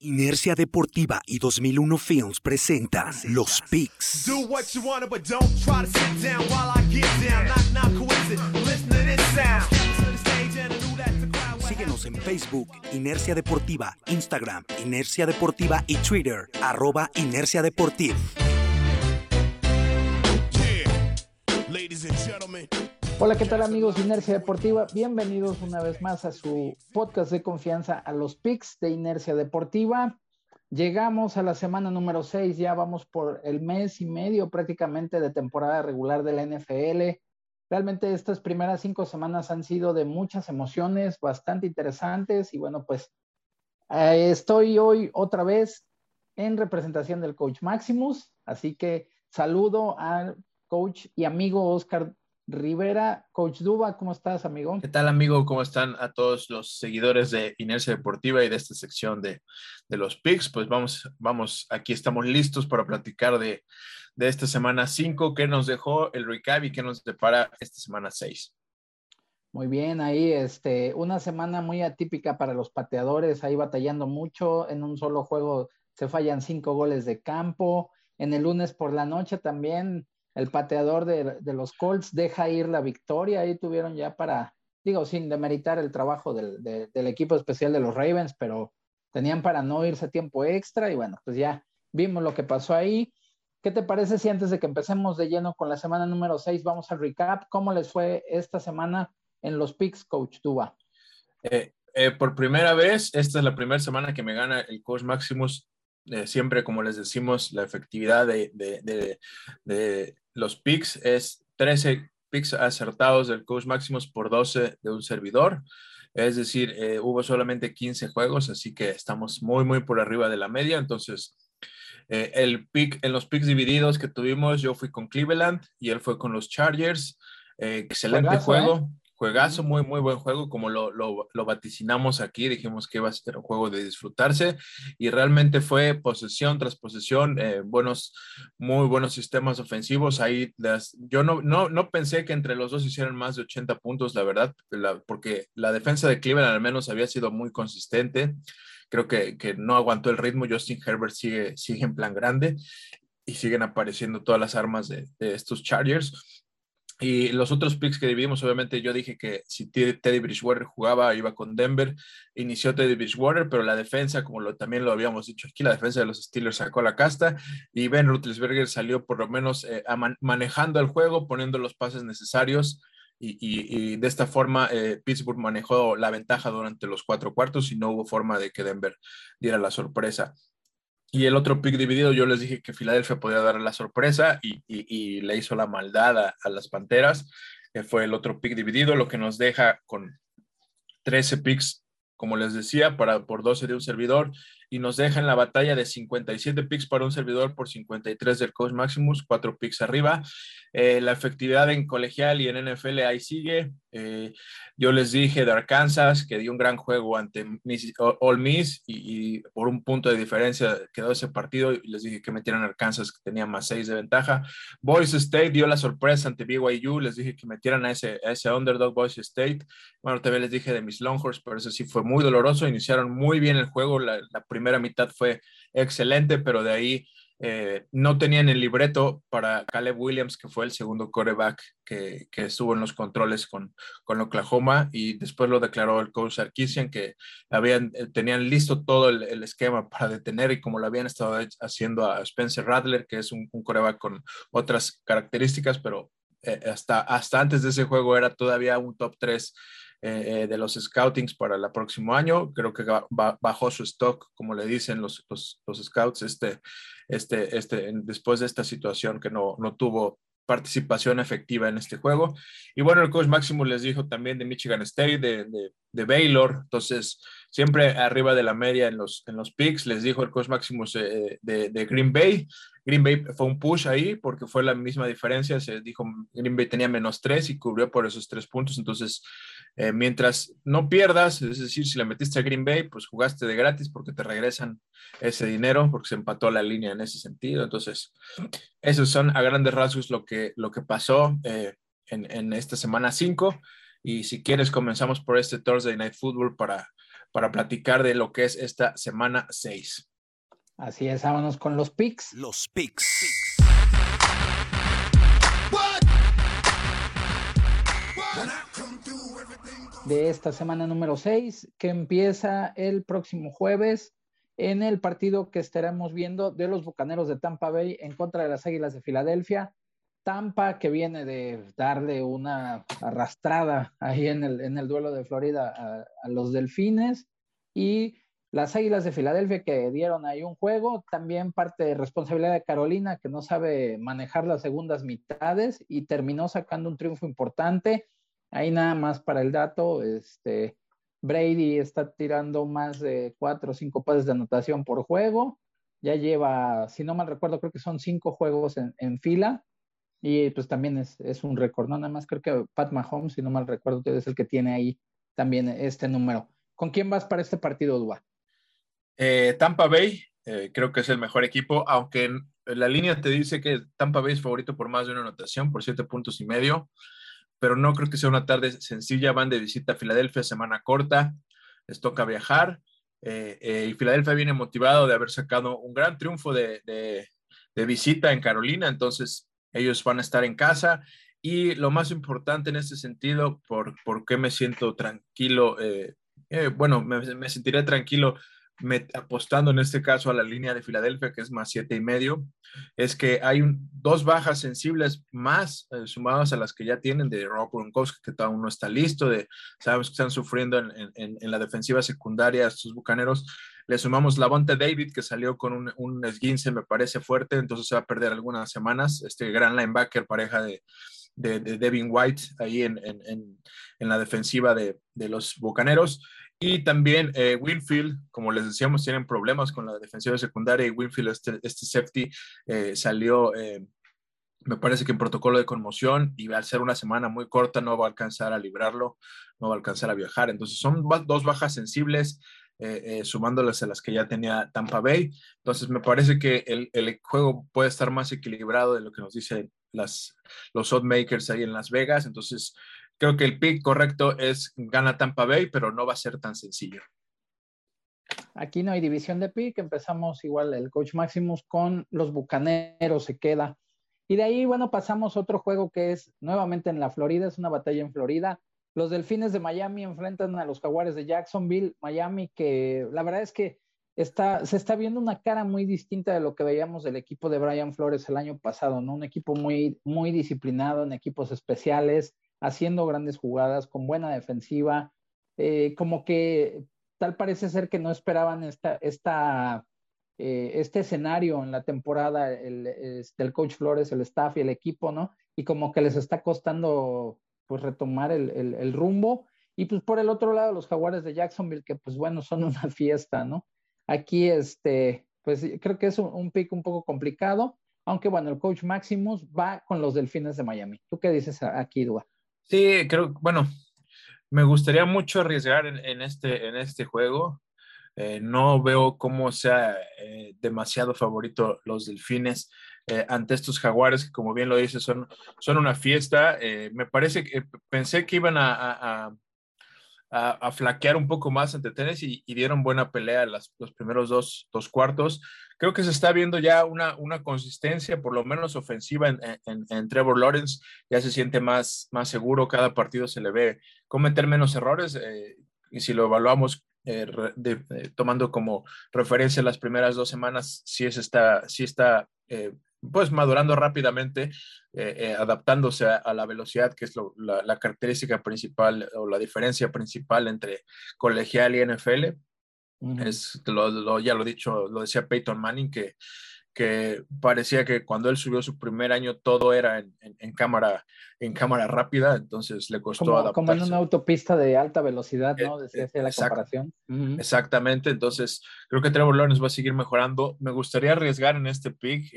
Inercia Deportiva y 2001 Films presentan Los Picks. Síguenos en Facebook, Inercia Deportiva, Instagram, Inercia Deportiva y Twitter, @Inercia Deportiva. Hola, ¿qué tal amigos de Inercia Deportiva? Bienvenidos una vez más a su podcast de confianza, a los Picks de Inercia Deportiva. Llegamos a la semana número 6, ya vamos por el mes y medio prácticamente de temporada regular de la NFL. Realmente estas primeras 5 semanas han sido de muchas emociones, bastante interesantes y bueno, pues estoy hoy otra vez en representación del Coach Maximus, así que saludo al coach y amigo Oscar Rivera. Coach Duba, ¿cómo estás, amigo? ¿Qué tal, amigo? ¿Cómo están a todos los seguidores de Inercia Deportiva y de esta sección de los picks? Pues vamos, aquí estamos listos para platicar de esta semana 5, qué nos dejó el recap y qué nos depara esta semana 6. Muy bien, ahí una semana muy atípica para los pateadores, ahí batallando mucho, en un solo juego se fallan 5 goles de campo. En el lunes por la noche también el pateador de los Colts deja ir la victoria. Ahí tuvieron ya sin demeritar el trabajo del equipo especial de los Ravens, pero tenían para no irse tiempo extra y bueno, pues ya vimos lo que pasó ahí. ¿Qué te parece si antes de que empecemos de lleno con la semana número 6 vamos al recap? ¿Cómo les fue esta semana en los picks, Coach Duba? Por primera vez, esta es la primera semana que me gana el Coach Maximus. Siempre, como les decimos, la efectividad de los picks es 13 picks acertados del Coach Maximus por 12 de un servidor. Es decir, hubo solamente 15 juegos, así que estamos muy por arriba de la media. Entonces, en los picks divididos que tuvimos, yo fui con Cleveland y él fue con los Chargers. Excelente juego. Juegazo, muy buen juego, como lo vaticinamos aquí, dijimos que iba a ser un juego de disfrutarse y realmente fue posesión tras posesión, muy buenos sistemas ofensivos. Ahí yo no pensé que entre los dos hicieran más de 80 puntos, la verdad, porque la defensa de Cleveland al menos había sido muy consistente. Creo que no aguantó el ritmo. Justin Herbert sigue en plan grande y siguen apareciendo todas las armas de estos Chargers. Y los otros picks que dividimos, obviamente yo dije que si Teddy Bridgewater jugaba, iba con Denver. Inició Teddy Bridgewater, pero la defensa, como también lo habíamos dicho aquí, la defensa de los Steelers sacó la casta y Ben Roethlisberger salió por lo menos manejando el juego, poniendo los pases necesarios y de esta forma Pittsburgh manejó la ventaja durante los 4 cuartos y no hubo forma de que Denver diera la sorpresa. Y el otro pick dividido, yo les dije que Filadelfia podía dar la sorpresa y le hizo la maldad a las Panteras. Fue el otro pick dividido, lo que nos deja con 13 picks, como les decía, por 12 de un servidor, y nos deja en la batalla de 57 picks para un servidor por 53 del Coach Maximus, 4 picks arriba. La efectividad en colegial y en NFL ahí sigue. Yo les dije de Arkansas que dio un gran juego ante Ole Miss y por un punto de diferencia quedó ese partido y les dije que metieran a Arkansas, que tenía más 6 de ventaja. Boise State dio la sorpresa ante BYU, les dije que metieran a ese underdog Boise State. Bueno, también les dije de mis Longhorns, pero eso sí fue muy doloroso. Iniciaron muy bien el juego, la primera mitad fue excelente, pero de ahí no tenían el libreto para Caleb Williams, que fue el segundo quarterback que estuvo en los controles con Oklahoma, y después lo declaró el coach Sarkisian, que tenían listo todo el esquema para detener, y como lo habían estado haciendo a Spencer Rattler, que es un quarterback con otras características, pero hasta antes de ese juego era todavía un top 3 de los scoutings para el próximo año. Creo que bajó su stock, como le dicen los scouts, después de esta situación que no tuvo participación efectiva en este juego. Y bueno, el coach Máximo les dijo también de Michigan State, de Baylor. Entonces, siempre arriba de la media en los picks. Les dijo el coach Máximo de Green Bay. Green Bay fue un push ahí porque fue la misma diferencia. Se dijo Green Bay tenía -3 y cubrió por esos 3 puntos. Entonces, mientras no pierdas, es decir, si le metiste a Green Bay, pues jugaste de gratis porque te regresan ese dinero, porque se empató la línea en ese sentido. Entonces, esos son a grandes rasgos lo que pasó en esta semana 5. Y si quieres, comenzamos por este Thursday Night Football para para platicar de lo que es esta semana 6. Así es, vámonos con los picks. Los picks. De esta semana número 6, que empieza el próximo jueves en el partido que estaremos viendo de los Bucaneros de Tampa Bay en contra de las Águilas de Filadelfia. Tampa, que viene de darle una arrastrada ahí en el duelo de Florida a los Delfines, y las Águilas de Filadelfia, que dieron ahí un juego, también parte de responsabilidad de Carolina, que no sabe manejar las segundas mitades y terminó sacando un triunfo importante. Ahí nada más para el dato, Brady está tirando más de 4 o 5 pases de anotación por juego. Ya lleva, si no mal recuerdo, creo que son 5 juegos en fila. Y pues también es un récord, ¿no? Nada más creo que Pat Mahomes, si no mal recuerdo, es el que tiene ahí también este número. ¿Con quién vas para este partido, Dua? Tampa Bay, creo que es el mejor equipo, aunque la línea te dice que Tampa Bay es favorito por más de una anotación, por 7.5 puntos, pero no creo que sea una tarde sencilla. Van de visita a Filadelfia, semana corta, les toca viajar, y Filadelfia viene motivado de haber sacado un gran triunfo de visita en Carolina, entonces ellos van a estar en casa. Y lo más importante en este sentido, por qué me siento tranquilo, bueno, me sentiré tranquilo apostando en este caso a la línea de Filadelfia, que es más 7.5, es que hay dos bajas sensibles más sumadas a las que ya tienen, de Rob Gronkowski, que aún no está listo, sabemos que están sufriendo en la defensiva secundaria estos Bucaneros. Le sumamos Lavonte David, que salió con un esguince, me parece fuerte, entonces se va a perder algunas semanas. Este gran linebacker, pareja de Devin White, ahí en la defensiva de los Bucaneros. Y también Winfield, como les decíamos, tienen problemas con la defensiva secundaria, y Winfield, este safety, salió, me parece que en protocolo de conmoción, y al ser una semana muy corta no va a alcanzar a librarlo, no va a alcanzar a viajar. Entonces son dos bajas sensibles, sumándolas a las que ya tenía Tampa Bay. Entonces me parece que el juego puede estar más equilibrado de lo que nos dicen los oddmakers ahí en Las Vegas. Entonces creo que el pick correcto es gana Tampa Bay, pero no va a ser tan sencillo. Aquí no hay división de pick, empezamos igual el Coach Maximus con los Bucaneros, se queda. Y de ahí, bueno, pasamos a otro juego que es nuevamente en la Florida, es una batalla en Florida. Los Delfines de Miami enfrentan a los Jaguares de Jacksonville. Miami, que la verdad es que se está viendo una cara muy distinta de lo que veíamos del equipo de Brian Flores el año pasado, ¿no? Un equipo muy, muy disciplinado en equipos especiales, haciendo grandes jugadas, con buena defensiva, como que tal parece ser que no esperaban este escenario en la temporada del Coach Flores, el staff y el equipo, ¿no? Y como que les está costando pues retomar el rumbo. Y pues por el otro lado, los Jaguares de Jacksonville, que pues bueno, son una fiesta, ¿no? Aquí pues creo que es un pick un poco complicado, aunque bueno, el Coach Maximus va con los Delfines de Miami. ¿Tú qué dices aquí, Dua? Sí, creo, bueno, me gustaría mucho arriesgar en este juego. No veo cómo sea demasiado favorito los Delfines ante estos Jaguares, que como bien lo dices, son una fiesta. Me parece que pensé que iban a flaquear un poco más ante Tennessee, y dieron buena pelea los primeros dos cuartos. Creo que se está viendo ya una consistencia, por lo menos ofensiva, en Trevor Lawrence. Ya se siente más seguro, cada partido se le ve cometer menos errores, y si lo evaluamos tomando como referencia las primeras 2 semanas, sí está pues madurando rápidamente, adaptándose a la velocidad, que es la característica principal o la diferencia principal entre colegial y NFL. Ya lo he dicho, lo decía Peyton Manning, que parecía que cuando él subió su primer año todo era en cámara rápida, entonces le costó Como en una adaptarse. autopista de alta velocidad, ¿no? Decía así la comparación. Exactamente, entonces creo que Trevor Lawrence va a seguir mejorando. Me gustaría arriesgar en este pick,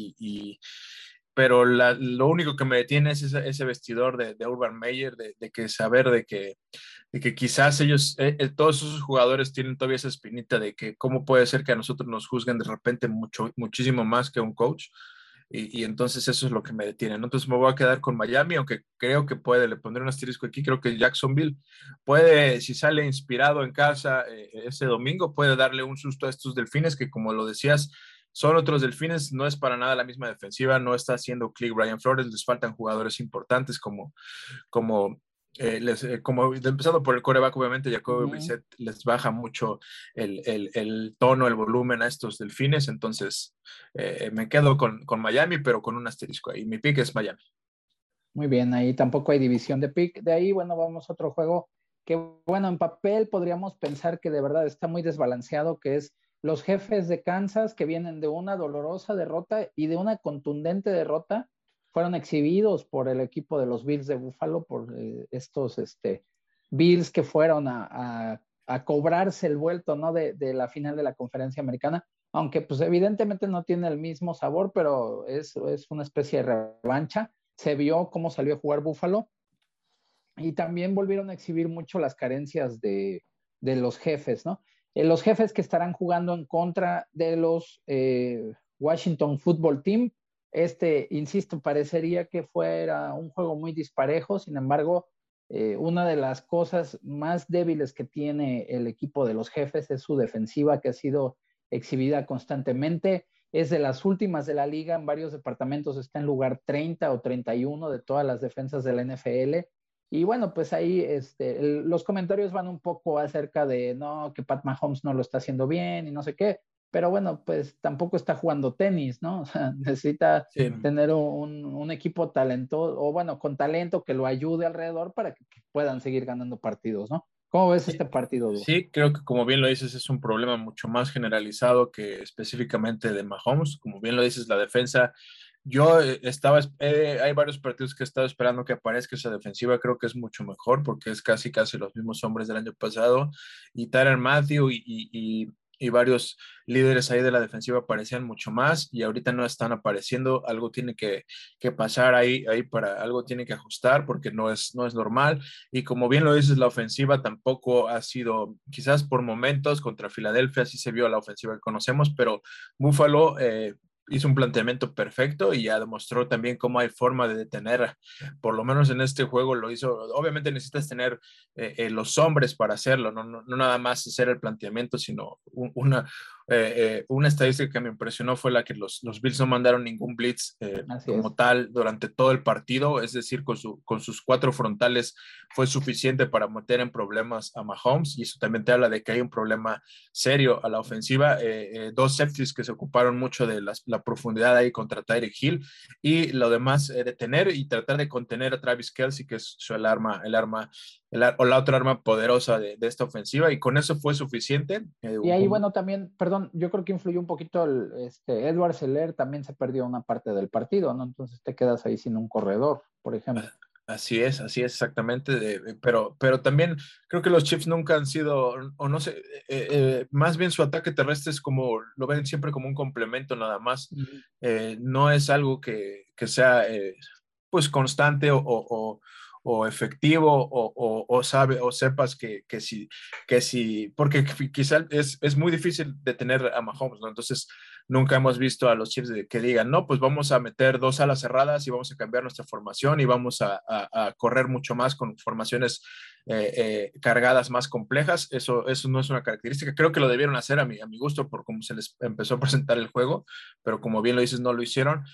pero lo único que me detiene es ese vestidor de Urban Meyer, de que saber de que quizás ellos, todos esos jugadores tienen todavía esa espinita de que cómo puede ser que a nosotros nos juzguen de repente muchísimo más que un coach. y entonces eso es lo que me detiene, ¿no? Entonces me voy a quedar con Miami, aunque creo que puede, le pondré un asterisco aquí, creo que Jacksonville puede, si sale inspirado en casa ese domingo, puede darle un susto a estos Delfines que, como lo decías, son otros Delfines, no es para nada la misma defensiva, no está haciendo clic Brian Flores, les faltan jugadores importantes como como empezando por el quarterback, obviamente Jacoby Brissett les baja mucho el tono, el volumen a estos Delfines, entonces me quedo con Miami, pero con un asterisco ahí. Mi pick es Miami. Muy bien, ahí tampoco hay división de pick. De ahí, bueno, vamos a otro juego que, bueno, en papel podríamos pensar que de verdad está muy desbalanceado, que es los Jefes de Kansas, que vienen de una dolorosa derrota y de una contundente derrota, fueron exhibidos por el equipo de los Bills de Buffalo, por estos Bills que fueron a cobrarse el vuelto, ¿no? De la final de la conferencia americana, aunque pues evidentemente no tiene el mismo sabor, pero es una especie de revancha. Se vio cómo salió a jugar Buffalo y también volvieron a exhibir mucho las carencias de los Jefes, ¿no? Los Jefes que estarán jugando en contra de los Washington Football Team. Insisto, parecería que fuera un juego muy disparejo, sin embargo, una de las cosas más débiles que tiene el equipo de los Jefes es su defensiva, que ha sido exhibida constantemente. Es de las últimas de la liga, en varios departamentos está en lugar 30 o 31 de todas las defensas de la NFL. Y bueno, pues ahí los comentarios van un poco acerca de, no, que Pat Mahomes no lo está haciendo bien y no sé qué, pero bueno, pues tampoco está jugando tenis, ¿no? O sea, necesita tener un equipo talentoso, o bueno, con talento que lo ayude alrededor para que puedan seguir ganando partidos, ¿no? ¿Cómo ves este partido, Hugo? Sí, creo que como bien lo dices, es un problema mucho más generalizado que específicamente de Mahomes. Como bien lo dices, la defensa, yo hay varios partidos que he estado esperando que aparezca esa defensiva, creo que es mucho mejor porque es casi los mismos hombres del año pasado, y Tyrann Mathieu y varios líderes ahí de la defensiva aparecían mucho más y ahorita no están apareciendo. Algo tiene que pasar ahí para algo tiene que ajustar porque no es normal. Y como bien lo dices, la ofensiva tampoco ha sido, quizás por momentos contra Filadelfia sí se vio la ofensiva que conocemos, pero Buffalo hizo un planteamiento perfecto y ya demostró también cómo hay forma de detener, por lo menos en este juego lo hizo. Obviamente necesitas tener los hombres para hacerlo, no nada más hacer el planteamiento, sino una estadística que me impresionó fue la que los Bills no mandaron ningún blitz como tal durante todo el partido, es decir, con sus 4 frontales fue suficiente para meter en problemas a Mahomes, y eso también te habla de que hay un problema serio a la ofensiva. 2 safeties que se ocuparon mucho de la profundidad ahí contra Tyreek Hill, y lo demás detener y tratar de contener a Travis Kelce, que es el arma o la otra arma poderosa de esta ofensiva, y con eso fue suficiente. Y ahí, bueno, también, perdón, yo creo que influyó un poquito Edward Seller, también se perdió una parte del partido, ¿no? Entonces te quedas ahí sin un corredor, por ejemplo. Así es exactamente, pero también creo que los Chiefs nunca han sido, o no sé, más bien su ataque terrestre es como, lo ven siempre como un complemento nada más. No es algo que sea pues constante o efectivo o sepas que si, porque quizás es muy difícil detener a Mahomes, ¿no? Entonces nunca hemos visto a los Chiefs que digan, no, pues vamos a meter 2 alas cerradas y vamos a cambiar nuestra formación y vamos a correr mucho más con formaciones cargadas más complejas. Eso no es una característica. Creo que lo debieron hacer a mi gusto por cómo se les empezó a presentar el juego, pero como bien lo dices, no lo hicieron.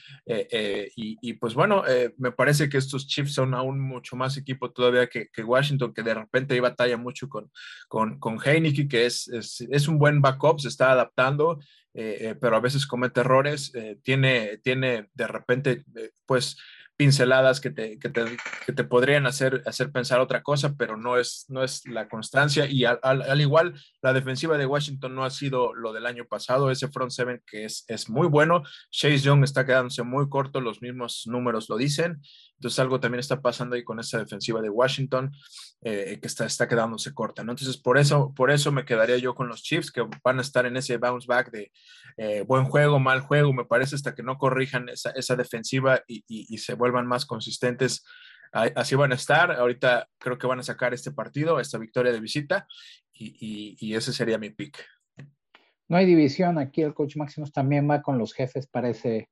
Y pues bueno, me parece que estos Chiefs son aún mucho más equipo todavía que Washington, que de repente ahí batalla mucho con Heineke, que es un buen backup, se está adaptando. Pero a veces comete errores, tiene de repente pues pinceladas que te podrían hacer pensar otra cosa, pero no es la constancia, y al igual la defensiva de Washington no ha sido lo del año pasado. Ese front seven que es muy bueno, Chase Young está quedándose muy corto, los mismos números lo dicen, entonces algo también está pasando ahí con esa defensiva de Washington, que está quedándose corta, ¿no? Entonces por eso me quedaría yo con los Chiefs, que van a estar en ese bounce back de buen juego, mal juego, me parece, hasta que no corrijan esa defensiva y se vuelvan más consistentes. Así van a estar. Ahorita creo que van a sacar este partido, esta victoria de visita, y ese sería mi pick. No hay división, aquí el coach Maximus también va con los Jefes para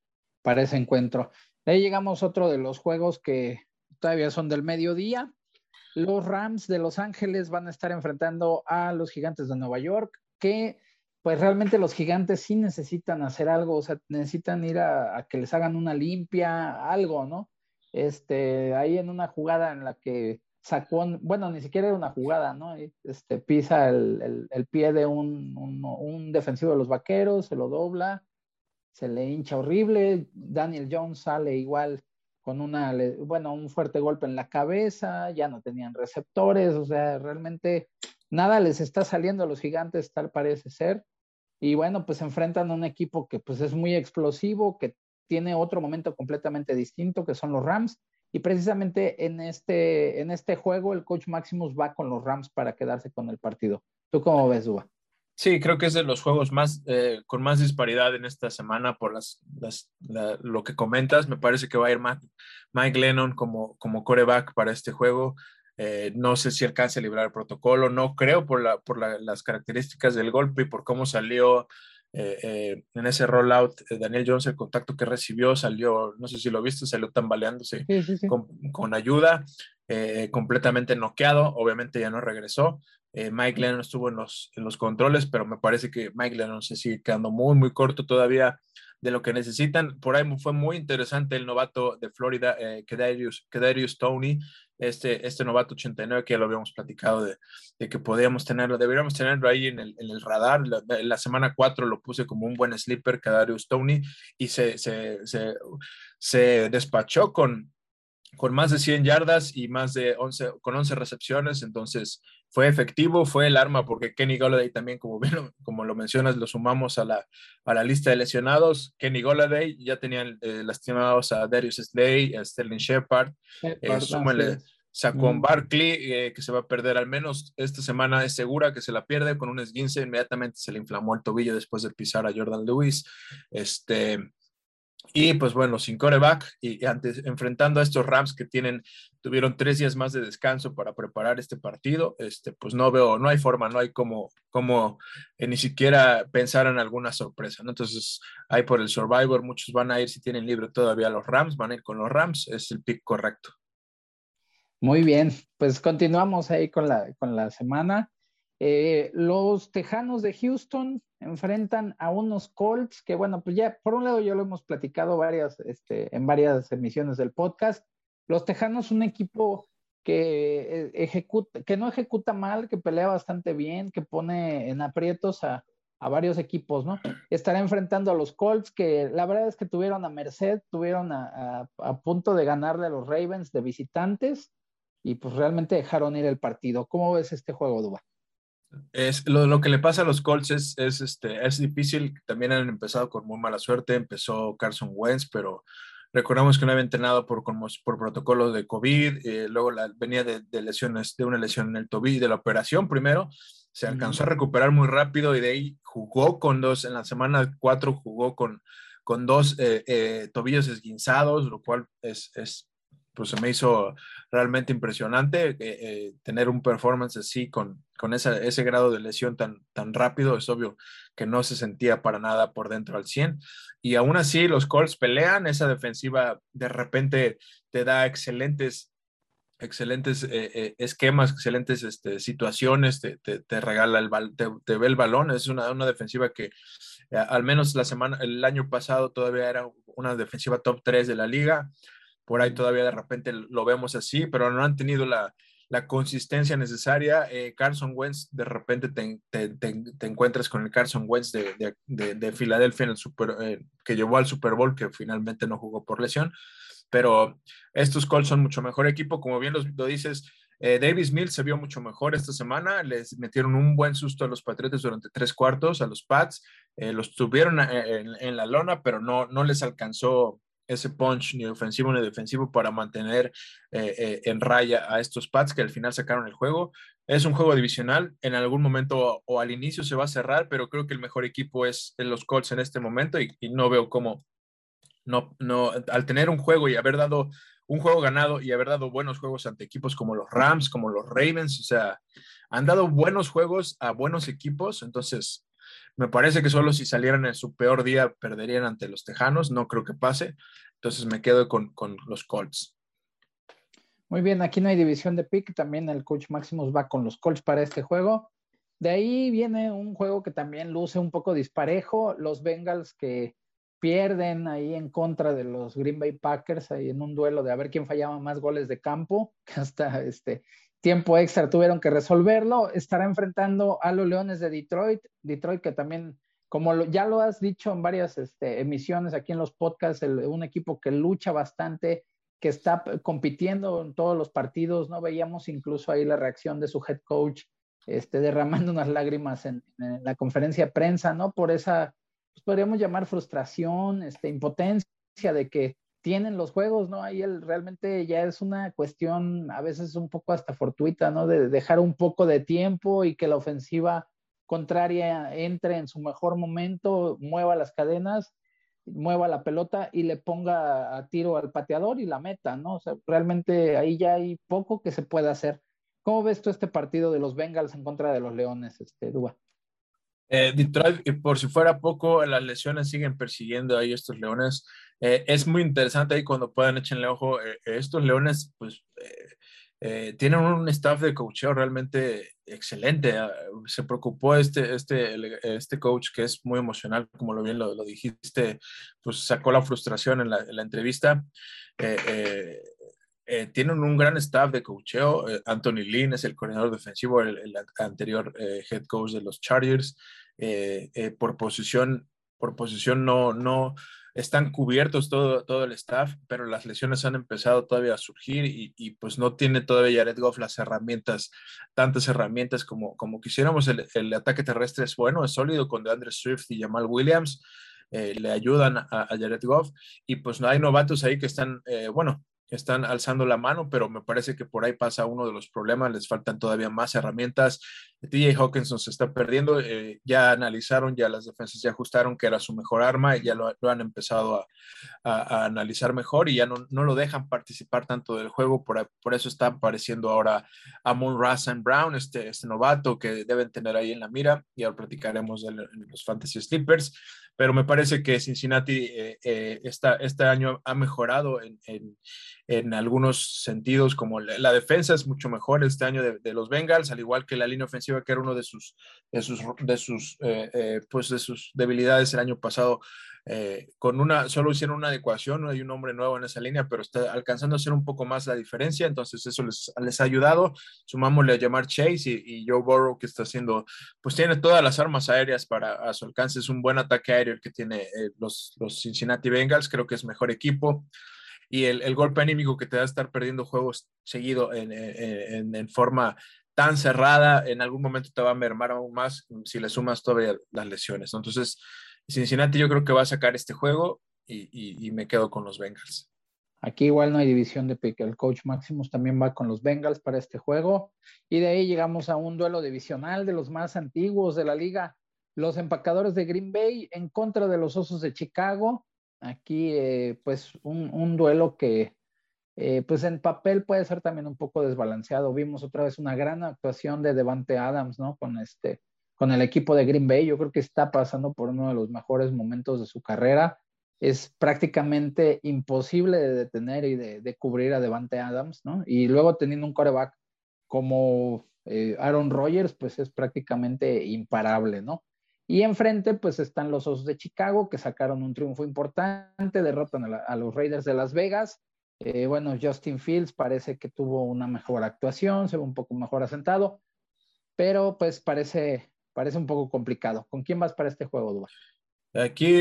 para ese encuentro. De ahí llegamos a otro de los juegos que todavía son del mediodía. Los Rams de Los Ángeles van a estar enfrentando a los Gigantes de Nueva York, que pues realmente los Gigantes sí necesitan hacer algo, o sea, necesitan ir a que les hagan una limpia, algo, ¿no? Ahí en una jugada en la que bueno, ni siquiera era una jugada, ¿no? Pisa el pie de un defensivo de los Vaqueros, se lo dobla, se le hincha horrible. Daniel Jones sale igual con un fuerte golpe en la cabeza, ya no tenían receptores, o sea, realmente nada les está saliendo a los Gigantes, tal parece ser. Y bueno, pues se enfrentan a un equipo que pues es muy explosivo, que tiene otro momento completamente distinto, que son los Rams. Y precisamente en este juego el coach Maximus va con los Rams para quedarse con el partido. ¿Tú cómo ves, Dua? Sí, creo que es de los juegos con más disparidad en esta semana por lo que comentas. Me parece que va a ir Mike Lennon como quarterback para este juego. No sé si alcance a librar el protocolo, no creo por las características del golpe y por cómo salió en ese rollout. Daniel Jones, el contacto que recibió, salió, no sé si lo viste, salió tambaleándose Sí. con ayuda, completamente noqueado, obviamente ya no regresó. Mike Lennon estuvo en los controles, pero me parece que Mike Lennon se sigue quedando muy, muy corto todavía de lo que necesitan. Por ahí fue muy interesante el novato de Florida, Kadarius Toney, este novato 89 que ya lo habíamos platicado de que deberíamos tenerlo ahí en el radar. La semana 4 lo puse como un buen sleeper, Kadarius Toney, y se despachó con más de 100 yardas y con 11 recepciones. Entonces fue efectivo, fue el arma, porque Kenny Golladay también, como lo mencionas, lo sumamos a la lista de lesionados. Kenny Golladay, ya tenían lastimados a Darius Slay, a Sterling Shepard, súmenle Saquon Barkley, que se va a perder al menos esta semana, es segura que se la pierde con un esguince. Inmediatamente se le inflamó el tobillo después de pisar a Jordan Lewis. Y pues bueno, sin quarterback y antes enfrentando a estos Rams que tuvieron 3 días más de descanso para preparar este partido, pues no hay forma, no hay como ni siquiera pensar en alguna sorpresa, ¿no? Entonces, ahí por el Survivor, muchos van a ir, si tienen libre todavía los Rams, van a ir con los Rams, es el pick correcto. Muy bien, pues continuamos ahí con la semana. Los Tejanos de Houston enfrentan a unos Colts que, bueno, pues ya, por un lado ya lo hemos platicado en varias emisiones del podcast. Los Tejanos, un equipo que no ejecuta mal, que pelea bastante bien, que pone en aprietos a varios equipos, ¿no? Estará enfrentando a los Colts, que la verdad es que tuvieron a merced, tuvieron a punto de ganarle a los Ravens de visitantes, y pues realmente dejaron ir el partido. ¿Cómo ves este juego, Duba? Lo que le pasa a los Colts es difícil. También han empezado con muy mala suerte. Empezó Carson Wentz, pero recordamos que no había entrenado por protocolo de COVID. Luego venía de lesiones, de una lesión en el tobillo, de la operación primero. Se alcanzó a recuperar muy rápido y de ahí jugó con en la semana 4 jugó con 2 tobillos esguinzados, lo cual pues se me hizo realmente impresionante. Tener un performance así con ese grado de lesión tan rápido. Es obvio que no se sentía para nada por dentro al 100, y aún así los Colts pelean. Esa defensiva de repente te da excelentes esquemas, excelentes situaciones, te regala te ve el balón. Es una defensiva que al menos el año pasado todavía era una defensiva top 3 de la liga. Por ahí todavía de repente lo vemos así, pero no han tenido la consistencia necesaria. Carson Wentz, de repente te encuentras con el Carson Wentz de Filadelfia que llevó al Super Bowl, que finalmente no jugó por lesión. Pero estos Colts son mucho mejor equipo, como bien lo dices. Davis Mills se vio mucho mejor esta semana. Les metieron un buen susto a los Patriotas durante 3 cuartos, a los Pats. Los tuvieron en la lona, pero no les alcanzó ese punch ni ofensivo ni defensivo para mantener en raya a estos Pats, que al final sacaron el juego. Es un juego divisional, en algún momento o al inicio se va a cerrar, pero creo que el mejor equipo es los Colts en este momento, y no veo cómo al tener un juego y haber dado un juego ganado y haber dado buenos juegos ante equipos como los Rams, como los Ravens, o sea, han dado buenos juegos a buenos equipos. Entonces Me parece que solo si salieran en su peor día perderían ante los Tejanos, no creo que pase, entonces me quedo con los Colts. Muy bien, aquí no hay división de pick, también el coach Maximus va con los Colts para este juego. De ahí viene un juego que también luce un poco disparejo, los Bengals que pierden ahí en contra de los Green Bay Packers, ahí en un duelo de a ver quién fallaba más goles de campo, que hasta tiempo extra tuvieron que resolverlo. Estará enfrentando a los Leones de Detroit que también, como ya lo has dicho en varias emisiones aquí en los podcasts, un equipo que lucha bastante, que está compitiendo en todos los partidos, ¿no? Veíamos incluso ahí la reacción de su head coach, derramando unas lágrimas en la conferencia de prensa, ¿no? Por esa, pues podríamos llamar frustración, impotencia de que tienen los juegos, ¿no? Ahí realmente ya es una cuestión a veces un poco hasta fortuita, ¿no? De dejar un poco de tiempo y que la ofensiva contraria entre en su mejor momento, mueva las cadenas, mueva la pelota y le ponga a tiro al pateador y la meta, ¿no? O sea, realmente ahí ya hay poco que se pueda hacer. ¿Cómo ves tú este partido de los Bengals en contra de los Leones, Dúa? Detroit, por si fuera poco, las lesiones siguen persiguiendo ahí estos Leones. Es muy interesante ahí cuando puedan echenle ojo. Estos Leones, pues, tienen un staff de coacheo realmente excelente. Se preocupó este coach que es muy emocional, como lo dijiste, pues sacó la frustración en la entrevista. Eh, eh, Tienen un gran staff de coacheo. Anthony Lynn es el coordinador defensivo, el anterior head coach de los Chargers. Por posición no están cubiertos todo el staff, pero las lesiones han empezado todavía a surgir y pues no tiene todavía Jared Goff las herramientas, tantas herramientas como quisiéramos. El ataque terrestre es bueno, es sólido con DeAndre Swift y Jamal Williams. Le ayudan a Jared Goff y pues no hay novatos ahí que están alzando la mano, pero me parece que por ahí pasa uno de los problemas, les faltan todavía más herramientas. TJ Hawkinson se está perdiendo, ya analizaron, ya las defensas ya ajustaron que era su mejor arma y ya lo han empezado a analizar mejor y ya no lo dejan participar tanto del juego, por eso está apareciendo ahora Amon-Ra St. Brown, este novato que deben tener ahí en la mira, y ahora platicaremos de los Fantasy Sleepers, pero me parece que Cincinnati este año ha mejorado en algunos sentidos, como la defensa es mucho mejor este año de los Bengals, al igual que la línea ofensiva, que era uno de sus debilidades el año pasado. Solo hicieron una adecuación, no hay un hombre nuevo en esa línea, pero está alcanzando a hacer un poco más la diferencia, entonces eso les ha ayudado. Sumámosle a Jamar Chase y Joe Burrow, que está haciendo, pues tiene todas las armas aéreas a su alcance, es un buen ataque aéreo el que tiene los Cincinnati Bengals, creo que es mejor equipo. Y el golpe anímico que te da estar perdiendo juegos seguido en forma tan cerrada, en algún momento te va a mermar aún más si le sumas todavía las lesiones, ¿no? Entonces, Cincinnati yo creo que va a sacar este juego y me quedo con los Bengals. Aquí igual no hay división de pick. El coach Maximus también va con los Bengals para este juego. Y de ahí llegamos a un duelo divisional de los más antiguos de la liga. Los empacadores de Green Bay en contra de los Osos de Chicago. Aquí, pues, un duelo que, pues, en papel puede ser también un poco desbalanceado. Vimos otra vez una gran actuación de Davante Adams, ¿no? Con el equipo de Green Bay. Yo creo que está pasando por uno de los mejores momentos de su carrera. Es prácticamente imposible de detener y de cubrir a Davante Adams, ¿no? Y luego teniendo un quarterback como Aaron Rodgers, pues es prácticamente imparable, ¿no? Y enfrente, pues están los Osos de Chicago, que sacaron un triunfo importante, derrotan a los Raiders de Las Vegas. Bueno, Justin Fields parece que tuvo una mejor actuación, se ve un poco mejor asentado, pero pues parece un poco complicado. ¿Con quién vas para este juego, Duba? Aquí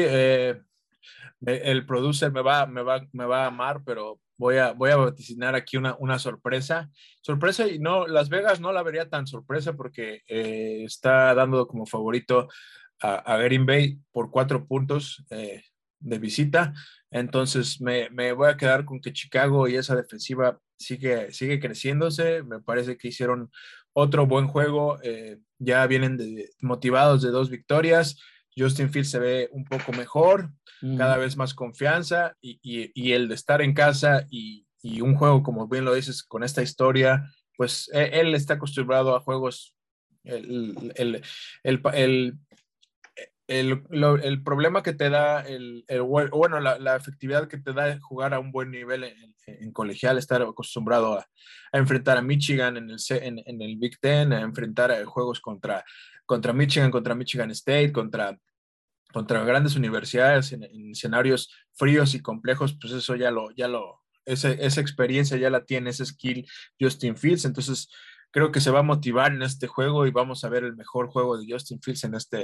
el producer me va a amar, pero voy a vaticinar aquí una sorpresa. Sorpresa, y no, Las Vegas no la vería tan sorpresa porque está dando como favorito a Green Bay por 4 puntos de visita. Entonces me voy a quedar con que Chicago y esa defensiva sigue creciéndose. Me parece que hicieron otro buen juego. Ya vienen motivados de 2 victorias. Justin Fields se ve un poco mejor, cada vez más confianza y el de estar en casa y un juego, como bien lo dices, con esta historia, pues él está acostumbrado a juegos, el el problema que te da, bueno, la efectividad que te da jugar a un buen nivel en colegial, estar acostumbrado a enfrentar a Michigan en el Big Ten, a enfrentar juegos contra Michigan, contra Michigan State, contra grandes universidades en escenarios fríos y complejos, pues eso esa experiencia ya la tiene, ese skill Justin Fields. Entonces creo que se va a motivar en este juego y vamos a ver el mejor juego de Justin Fields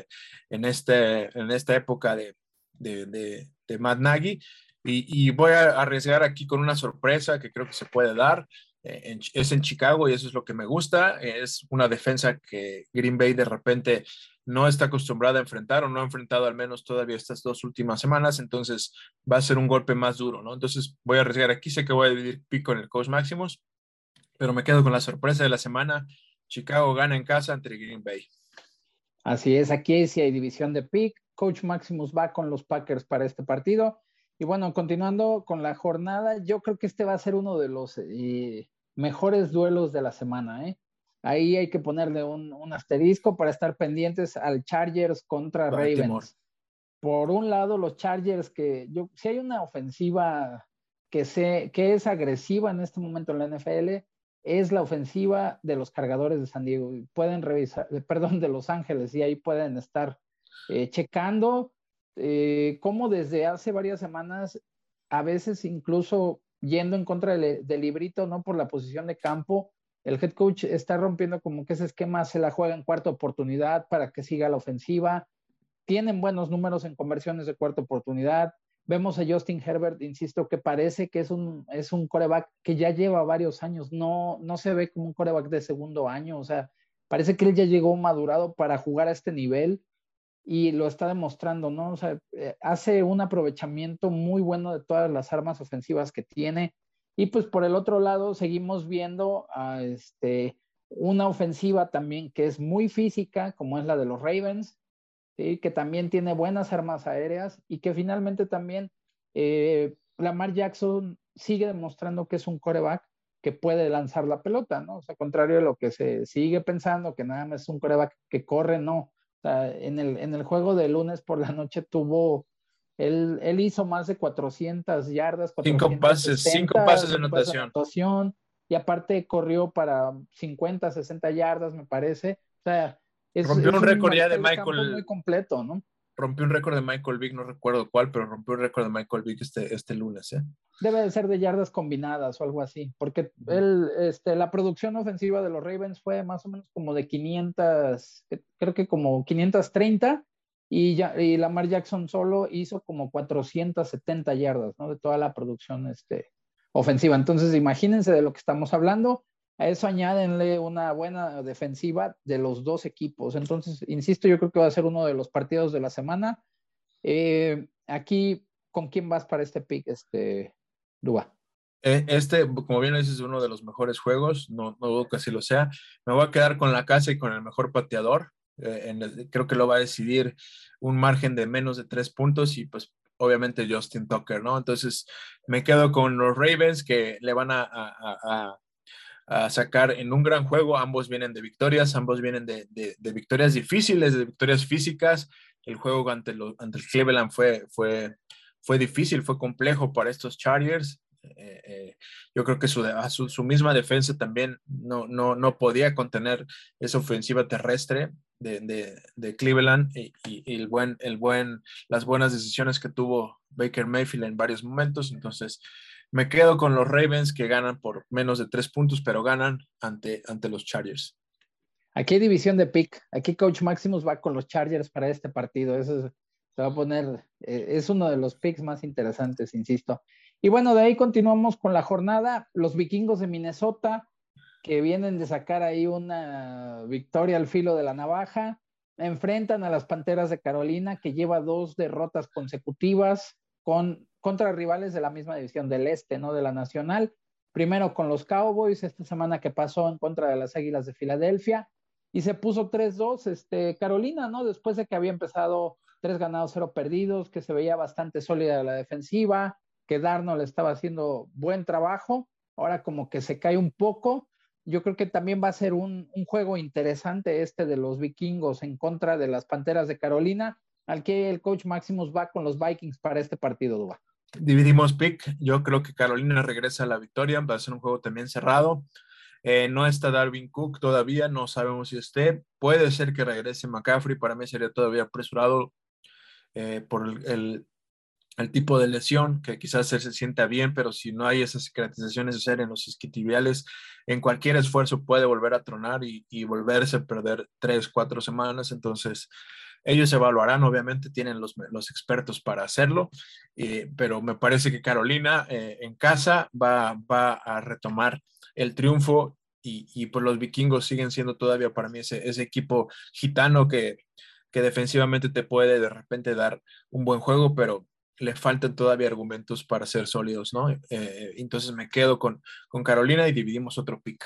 en esta época de Matt Nagy. Y voy a arriesgar aquí con una sorpresa que creo que se puede dar. Es en Chicago y eso es lo que me gusta. Es una defensa que Green Bay de repente no está acostumbrada a enfrentar o no ha enfrentado al menos todavía estas 2 últimas semanas, entonces va a ser un golpe más duro, ¿no? Entonces voy a arriesgar aquí, sé que voy a dividir pick con el coach Maximus, pero me quedo con la sorpresa de la semana. Chicago gana en casa ante Green Bay. Así es, aquí sí hay división de pick. Coach Maximus va con los Packers para este partido. Y bueno, continuando con la jornada, yo creo que este va a ser uno de los mejores duelos de la semana, ¿eh? Ahí hay que ponerle un asterisco para estar pendientes al Chargers contra Baltimore. Ravens. Por un lado, los Chargers, si hay una ofensiva que es agresiva en este momento en la NFL, es la ofensiva de los Cargadores de San Diego. Pueden revisar, perdón, de Los Ángeles, y ahí pueden estar checando cómo desde hace varias semanas, a veces incluso yendo en contra del librito, ¿no? Por la posición de campo, el head coach está rompiendo como que ese esquema, se la juega en cuarta oportunidad para que siga la ofensiva. Tienen buenos números en conversiones de cuarta oportunidad. Vemos a Justin Herbert, insisto, que parece que es un quarterback que ya lleva varios años, no se ve como un quarterback de segundo año, o sea, parece que él ya llegó madurado para jugar a este nivel y lo está demostrando, ¿no? O sea, hace un aprovechamiento muy bueno de todas las armas ofensivas que tiene. Y pues por el otro lado seguimos viendo a una ofensiva también que es muy física, como es la de los Ravens, ¿sí? Que también tiene buenas armas aéreas y que finalmente también Lamar Jackson sigue demostrando que es un quarterback que puede lanzar la pelota, ¿no? O sea, contrario a lo que se sigue pensando, que nada más es un quarterback que corre, no. O sea, en el juego de lunes por la noche él hizo más de 400 yardas, 5 pases de pases de anotación. anotación, y aparte corrió para 50, 60 yardas, me parece. O sea, Rompió es un un récord ya de mariscal de campo muy Michael. completo, ¿no? Rompió un récord de Michael Vick, no recuerdo cuál, pero rompió un récord de Michael Vick este lunes, ¿eh? Debe de ser de yardas combinadas o algo así, porque la producción ofensiva de los Ravens fue más o menos como de 500, creo que como 530, y Lamar Jackson solo hizo como 470 yardas, ¿no? De toda la producción ofensiva. Entonces, imagínense de lo que estamos hablando. A eso añádenle una buena defensiva de los dos equipos. Entonces, insisto, yo creo que va a ser uno de los partidos de la semana. Aquí, ¿con quién vas para este pick, Dúa? Como bien lo dices, es uno de los mejores juegos, no dudo que así lo sea. Me voy a quedar con la casa y con el mejor pateador. Creo que lo va a decidir un margen de menos de 3 puntos y pues obviamente Justin Tucker, ¿no? Entonces me quedo con los Ravens que le van a sacar en un gran juego. Ambos vienen de victorias, ambos vienen de victorias difíciles, de victorias físicas. El juego ante el Cleveland fue difícil, fue complejo para estos Chargers. Yo creo que su misma defensa también no podía contener esa ofensiva terrestre de Cleveland y las buenas decisiones que tuvo Baker Mayfield en varios momentos. Entonces me quedo con los Ravens que ganan por menos de 3 puntos, pero ganan ante los Chargers. Aquí hay división de pick. Aquí Coach Maximus va con los Chargers para este partido. Se va a poner, es uno de los picks más interesantes, insisto. Y bueno, de ahí continuamos con la jornada. Los vikingos de Minnesota, que vienen de sacar ahí una victoria al filo de la navaja, enfrentan a las Panteras de Carolina, que lleva 2 derrotas consecutivas contra rivales de la misma división del este, ¿no? De la Nacional. Primero con los Cowboys, esta semana que pasó en contra de las Águilas de Filadelfia, y se puso 3-2 Carolina, ¿no? Después de que había empezado 3 ganados, 0 perdidos, que se veía bastante sólida la defensiva, que Darnold estaba haciendo buen trabajo. Ahora como que se cae un poco. Yo creo que también va a ser un juego interesante de los vikingos en contra de las Panteras de Carolina. Aquí el coach Maximus va con los Vikings para este partido, Duba. Dividimos pick. Yo creo que Carolina regresa a la victoria. Va a ser un juego también cerrado. No está Dalvin Cook todavía, no sabemos si esté. Puede ser que regrese McCaffrey. Para mí sería todavía apresurado por el tipo de lesión, que quizás él se sienta bien, pero si no hay esa cicatrización necesaria en los isquiotibiales, en cualquier esfuerzo puede volver a tronar y volverse a perder 3-4 semanas. Entonces, ellos evaluarán, obviamente tienen los expertos para hacerlo, pero me parece que Carolina en casa va a retomar el triunfo y pues los vikingos siguen siendo todavía para mí ese equipo gitano que defensivamente te puede de repente dar un buen juego, pero le faltan todavía argumentos para ser sólidos, ¿no? Entonces me quedo con Carolina y dividimos otro pick.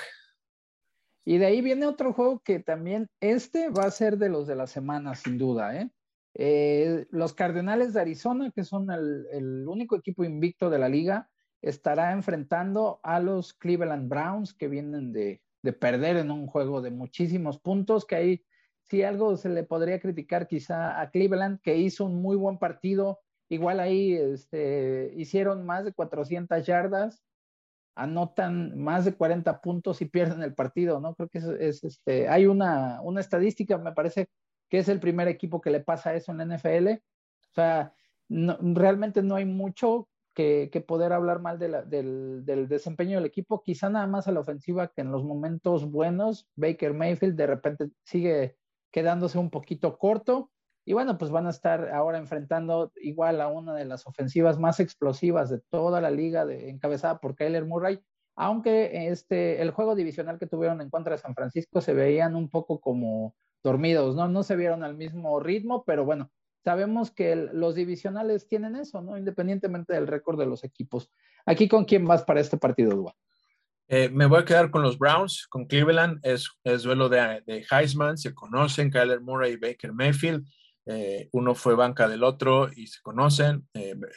Y de ahí viene otro juego que también va a ser de los de la semana, sin duda, ¿eh? Los Cardenales de Arizona, que son el único equipo invicto de la liga, estará enfrentando a los Cleveland Browns, que vienen de perder en un juego de muchísimos puntos, que ahí sí algo se le podría criticar quizá a Cleveland, que hizo un muy buen partido. Igual ahí hicieron más de 400 yardas, anotan más de 40 puntos y pierden el partido, ¿no? Creo que hay una estadística, me parece que es el primer equipo que le pasa eso en la NFL. O sea, realmente no hay mucho que poder hablar mal del desempeño del equipo, quizá nada más a la ofensiva, que en los momentos buenos Baker Mayfield de repente sigue quedándose un poquito corto. Y bueno, pues van a estar ahora enfrentando igual a una de las ofensivas más explosivas de toda la liga, encabezada por Kyler Murray, aunque el juego divisional que tuvieron en contra de San Francisco se veían un poco como dormidos, ¿no? No se vieron al mismo ritmo, pero bueno, sabemos que los divisionales tienen eso, ¿no? Independientemente del récord de los equipos. ¿Aquí con quién vas para este partido, Dua? Me voy a quedar con los Browns, con Cleveland. Es duelo de Heisman, se conocen, Kyler Murray y Baker Mayfield. Uno fue banca del otro y se conocen.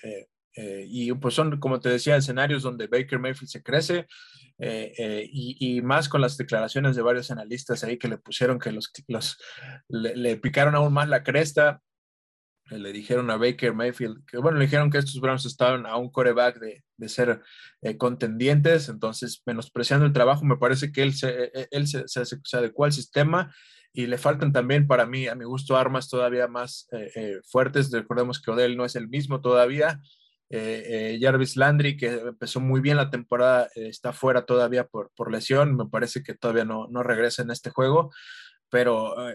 Y pues son, como te decía, escenarios donde Baker Mayfield se crece. Y más con las declaraciones de varios analistas ahí que le pusieron que le picaron aún más la cresta. Le dijeron a Baker Mayfield que, bueno, le dijeron que estos Browns estaban a un quarterback de ser contendientes, entonces menospreciando el trabajo, me parece que se adecuó al sistema y le faltan también para mí, a mi gusto, armas todavía más fuertes. Recordemos que Odell no es el mismo todavía. Jarvis Landry, que empezó muy bien la temporada, está fuera todavía por lesión, me parece que todavía no regresa en este juego, pero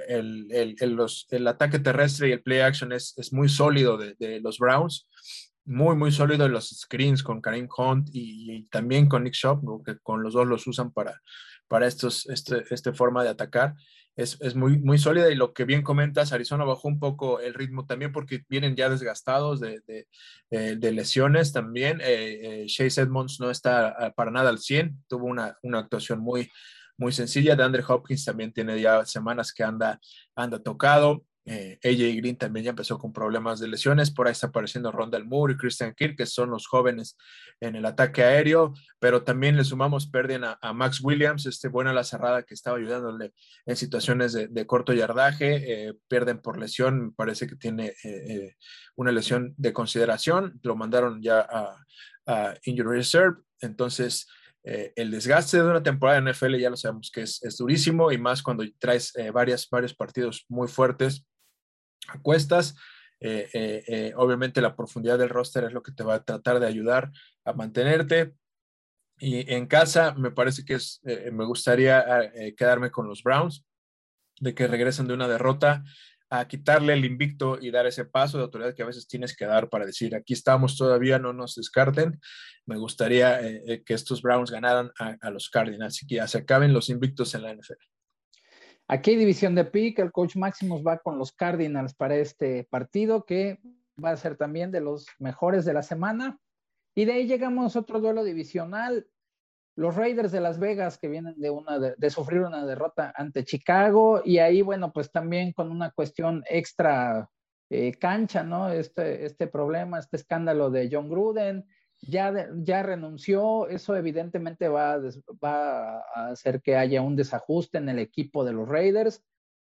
el ataque terrestre y el play action es muy sólido de los Browns, muy, muy sólido. Los screens con Kareem Hunt y también con Nick Chubb, ¿no? Que con los dos los usan para esta forma de atacar. Es muy, muy sólida y lo que bien comentas, Arizona bajó un poco el ritmo también porque vienen ya desgastados de lesiones también. Chase Edmonds no está para nada al 100, tuvo una actuación muy sencilla. DeAndre Hopkins también tiene ya semanas que anda tocado. AJ Green también ya empezó con problemas de lesiones. Por ahí está apareciendo Rondale Moore y Christian Kirk, que son los jóvenes en el ataque aéreo, pero también le sumamos pérdida a Max Williams, buena la cerrada que estaba ayudándole en situaciones de corto yardaje. Pierden por lesión, me parece que tiene una lesión de consideración. Lo mandaron ya a Injury Reserve. Entonces, el desgaste de una temporada en NFL ya lo sabemos que es durísimo, y más cuando traes varios partidos muy fuertes a cuestas. Obviamente la profundidad del roster es lo que te va a tratar de ayudar a mantenerte. Y en casa me parece que me gustaría quedarme con los Browns, de que regresan de una derrota, a quitarle el invicto y dar ese paso de autoridad que a veces tienes que dar para decir, aquí estamos todavía, no nos descarten. Me gustaría que estos Browns ganaran a los Cardinals y que ya se acaben los invictos en la NFL. Aquí hay división de pick, el coach Maximus va con los Cardinals para este partido, que va a ser también de los mejores de la semana. Y de ahí llegamos a otro duelo divisional. Los Raiders de Las Vegas, que vienen de sufrir una derrota ante Chicago, y ahí, bueno, pues también con una cuestión extra cancha, ¿no? Este problema, este escándalo de John Gruden, ya renunció. Eso evidentemente va a hacer que haya un desajuste en el equipo de los Raiders.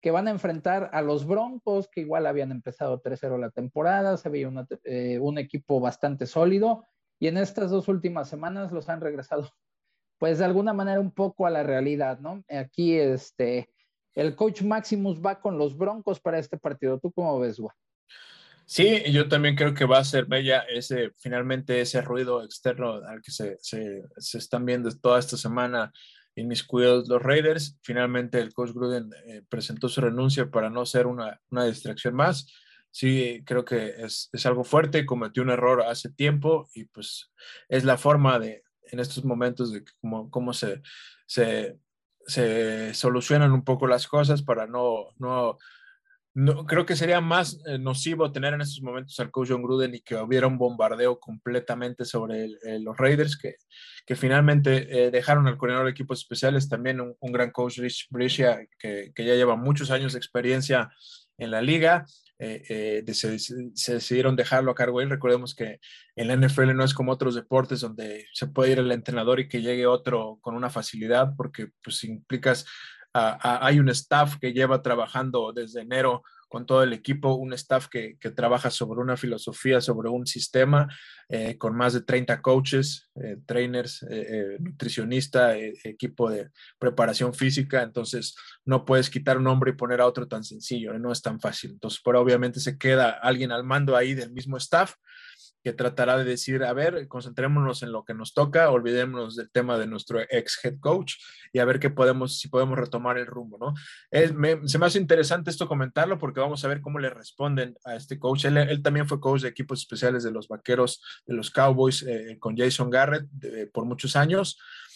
que van a enfrentar a los Broncos, que igual habían empezado 3-0 la temporada, se veía un equipo bastante sólido, y en estas 2 últimas semanas los han regresado, pues de alguna manera un poco a la realidad, ¿no? Aquí el coach Maximus va con los Broncos para este partido. ¿Tú cómo ves, Gua? Sí, yo también creo que va a ser bella finalmente ese ruido externo al que se están viendo toda esta semana inmiscuidos los Raiders. Finalmente el coach Gruden presentó su renuncia para no ser una distracción más. Sí, creo que es algo fuerte, cometió un error hace tiempo y pues es la forma en estos momentos de cómo se solucionan un poco las cosas para no, creo que sería más nocivo tener en estos momentos al coach John Gruden y que hubiera un bombardeo completamente sobre los Raiders que finalmente dejaron al coordinador de equipos especiales, también un gran coach, Rich Brescia, que ya lleva muchos años de experiencia en la liga. Se decidieron dejarlo a cargo ahí. Recordemos que en la NFL no es como otros deportes donde se puede ir el entrenador y que llegue otro con una facilidad, porque pues implicas hay un staff que lleva trabajando desde enero con todo el equipo, un staff que trabaja sobre una filosofía, sobre un sistema, con más de 30 coaches, trainers, nutricionista, equipo de preparación física. Entonces no puedes quitar un nombre y poner a otro tan sencillo, no es tan fácil. Entonces, pero obviamente se queda alguien al mando ahí del mismo staff que tratará de decir, a ver, concentrémonos en lo que nos toca, olvidémonos del tema de nuestro ex head coach y a ver si podemos retomar el rumbo, ¿no? Se me hace interesante esto comentarlo porque vamos a ver cómo le responden a este coach. Él también fue coach de equipos especiales de los Vaqueros, de los Cowboys, con Jason Garrett por muchos años.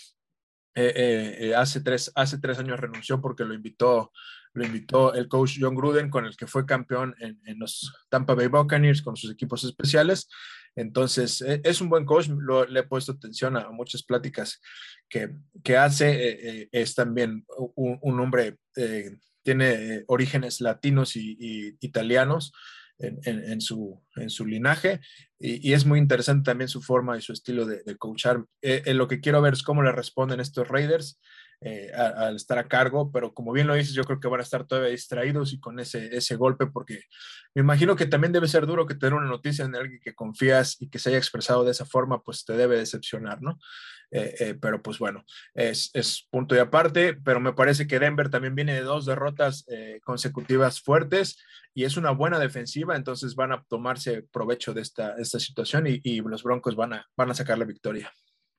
Hace tres años renunció porque lo invitó el coach John Gruden, con el que fue campeón en los Tampa Bay Buccaneers con sus equipos especiales. Entonces, es un buen coach. Le he puesto atención a muchas pláticas que hace. Es también un hombre, tiene orígenes latinos y italianos en su linaje, y es muy interesante también su forma y su estilo de coachar. Lo que quiero ver es cómo le responden estos Raiders al estar a cargo, pero como bien lo dices, yo creo que van a estar todavía distraídos y con ese golpe, porque me imagino que también debe ser duro que tener una noticia en alguien que confías y que se haya expresado de esa forma, pues te debe decepcionar, ¿no? Pero pues bueno, es punto y aparte, pero me parece que Denver también viene de 2 derrotas consecutivas fuertes y es una buena defensiva, entonces van a tomarse provecho de esta situación y los Broncos van a sacar la victoria.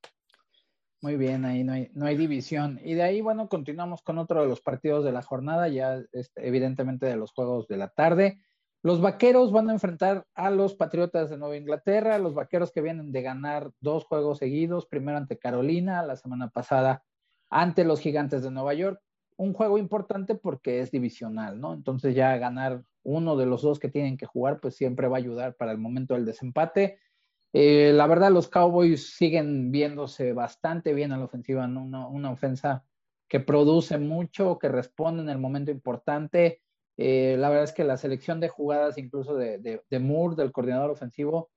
Muy bien, ahí no hay división. Y de ahí, bueno, continuamos con otro de los partidos de la jornada, ya evidentemente de los juegos de la tarde. Los Vaqueros van a enfrentar a los Patriotas de Nueva Inglaterra, los Vaqueros que vienen de ganar 2 juegos seguidos, primero ante Carolina, la semana pasada ante los Gigantes de Nueva York. Un juego importante porque es divisional, ¿no? Entonces ya ganar uno de los 2 que tienen que jugar, pues siempre va a ayudar para el momento del desempate. La verdad, los Cowboys siguen viéndose bastante bien a la ofensiva, ¿no? Una ofensa que produce mucho, que responde en el momento importante. La verdad es que la selección de jugadas, incluso de Moore, del coordinador ofensivo,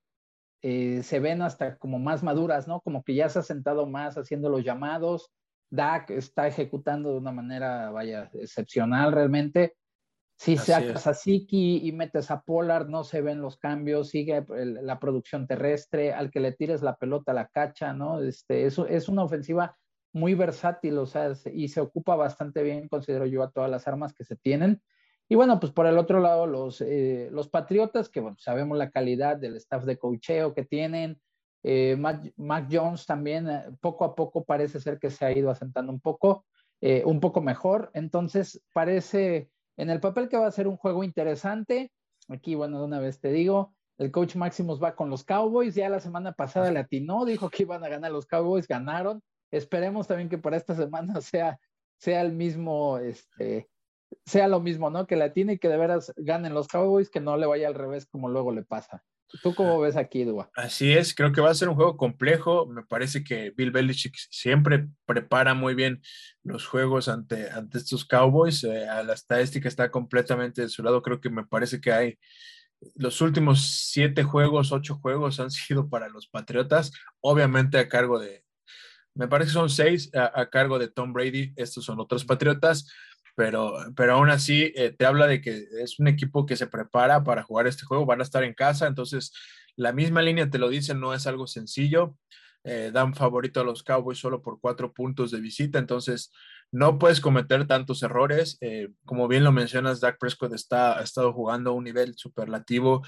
se ven hasta como más maduras, ¿no? Como que ya se ha sentado más haciendo los llamados. Dak está ejecutando de una manera, vaya, excepcional realmente. Si sacas a Siki y metes a Pollard, no se ven los cambios, sigue la producción terrestre, al que le tires la pelota la cacha, ¿no? Es una ofensiva muy versátil, o sea, y se ocupa bastante bien, considero yo, a todas las armas que se tienen. Y bueno, pues por el otro lado, los Patriotas, que bueno, sabemos la calidad del staff de coacheo que tienen. Mac Jones también, poco a poco parece ser que se ha ido asentando un poco mejor. Entonces, parece en el papel que va a ser un juego interesante. Aquí, bueno, de una vez te digo, el coach Maximus va con los Cowboys. Ya la semana pasada le atinó, dijo que iban a ganar los Cowboys, ganaron. Esperemos también que para esta semana sea el mismo, sea lo mismo, ¿no? Que le atine y que de veras ganen los Cowboys, que no le vaya al revés como luego le pasa. ¿Tú cómo ves aquí, Dua? Así es, creo que va a ser un juego complejo. Me parece que Bill Belichick siempre prepara muy bien los juegos ante estos Cowboys. La estadística está completamente de su lado. Creo que me parece que hay los últimos 7 juegos, 8 juegos han sido para los Patriotas, obviamente a cargo de, me parece que son 6 a cargo de Tom Brady. Estos son otros Patriotas. pero aún así te habla de que es un equipo que se prepara para jugar este juego, van a estar en casa, entonces la misma línea te lo dice, no es algo sencillo. Dan favorito a los Cowboys solo por 4 puntos de visita, entonces no puedes cometer tantos errores. Como bien lo mencionas, Dak Prescott ha estado jugando a un nivel superlativo.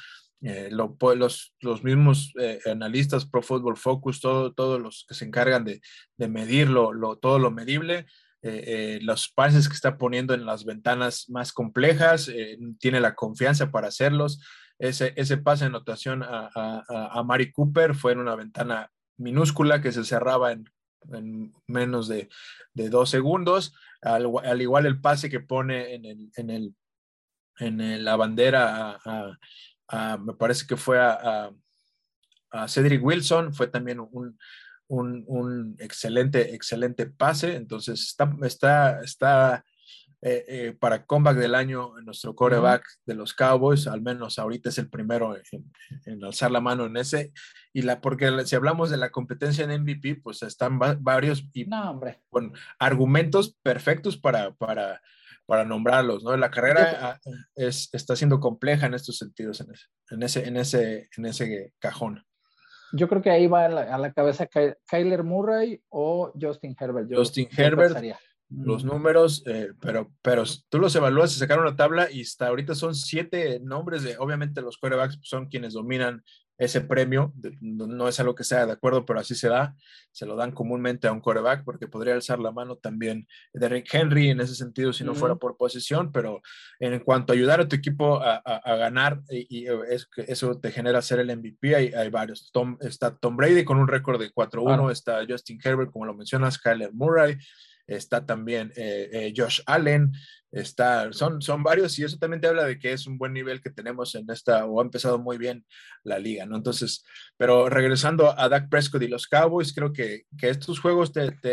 Los mismos analistas Pro Football Focus, todos los que se encargan de medir todo lo medible, los pases que está poniendo en las ventanas más complejas, tiene la confianza para hacerlos. Ese pase de anotación a Mari Cooper fue en una ventana minúscula que se cerraba en menos de 2 segundos, al igual el pase que pone en la bandera me parece que fue a Cedric Wilson, fue también un excelente pase, entonces está para comeback del año nuestro quarterback de los Cowboys, al menos ahorita es el primero en alzar la mano en ese, porque si hablamos de la competencia en MVP, pues están varios y bueno, argumentos perfectos para nombrarlos, ¿no? La carrera está siendo compleja en estos sentidos, en ese cajón. Yo creo que ahí va a la cabeza Kyler Murray o Justin Herbert. Justin Herbert, los números, pero tú los evalúas y sacaron una tabla y hasta ahorita son 7 nombres obviamente los quarterbacks son quienes dominan ese premio, no es algo que sea de acuerdo, pero así se lo dan comúnmente a un quarterback porque podría alzar la mano también Derrick Henry en ese sentido si no fuera por posición, pero en cuanto a ayudar a tu equipo a ganar y eso te genera ser el MVP, hay varios. Está Tom Brady con un récord de 4-1, está Justin Herbert, como lo mencionas, Kyler Murray, está también Josh Allen, son varios y eso también te habla de que es un buen nivel que tenemos o ha empezado muy bien la liga, ¿no? Entonces, pero regresando a Dak Prescott y los Cowboys, creo que estos juegos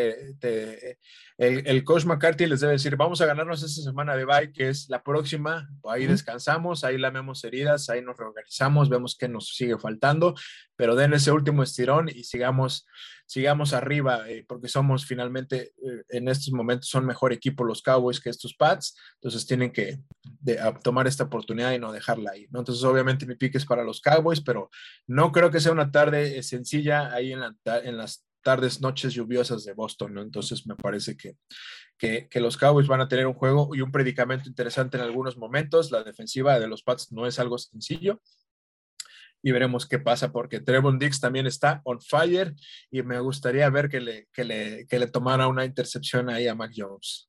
el coach McCarthy les debe decir, vamos a ganarnos esta semana de bye, que es la próxima, ahí descansamos, ahí lamemos heridas, ahí nos reorganizamos, vemos qué nos sigue faltando, pero den ese último estirón y sigamos arriba, porque somos finalmente, en estos momentos son mejor equipo los Cowboys que estos Pats, entonces tienen que tomar esta oportunidad y no dejarla ahí, ¿no? Entonces obviamente mi pick es para los Cowboys, pero no creo que sea una tarde sencilla ahí en las noches lluviosas de Boston, ¿no? Entonces me parece que los Cowboys van a tener un juego y un predicamento interesante en algunos momentos. La defensiva de los Pats no es algo sencillo y veremos qué pasa porque Trevon Diggs también está on fire y me gustaría ver que le tomara una intercepción ahí a Mac Jones.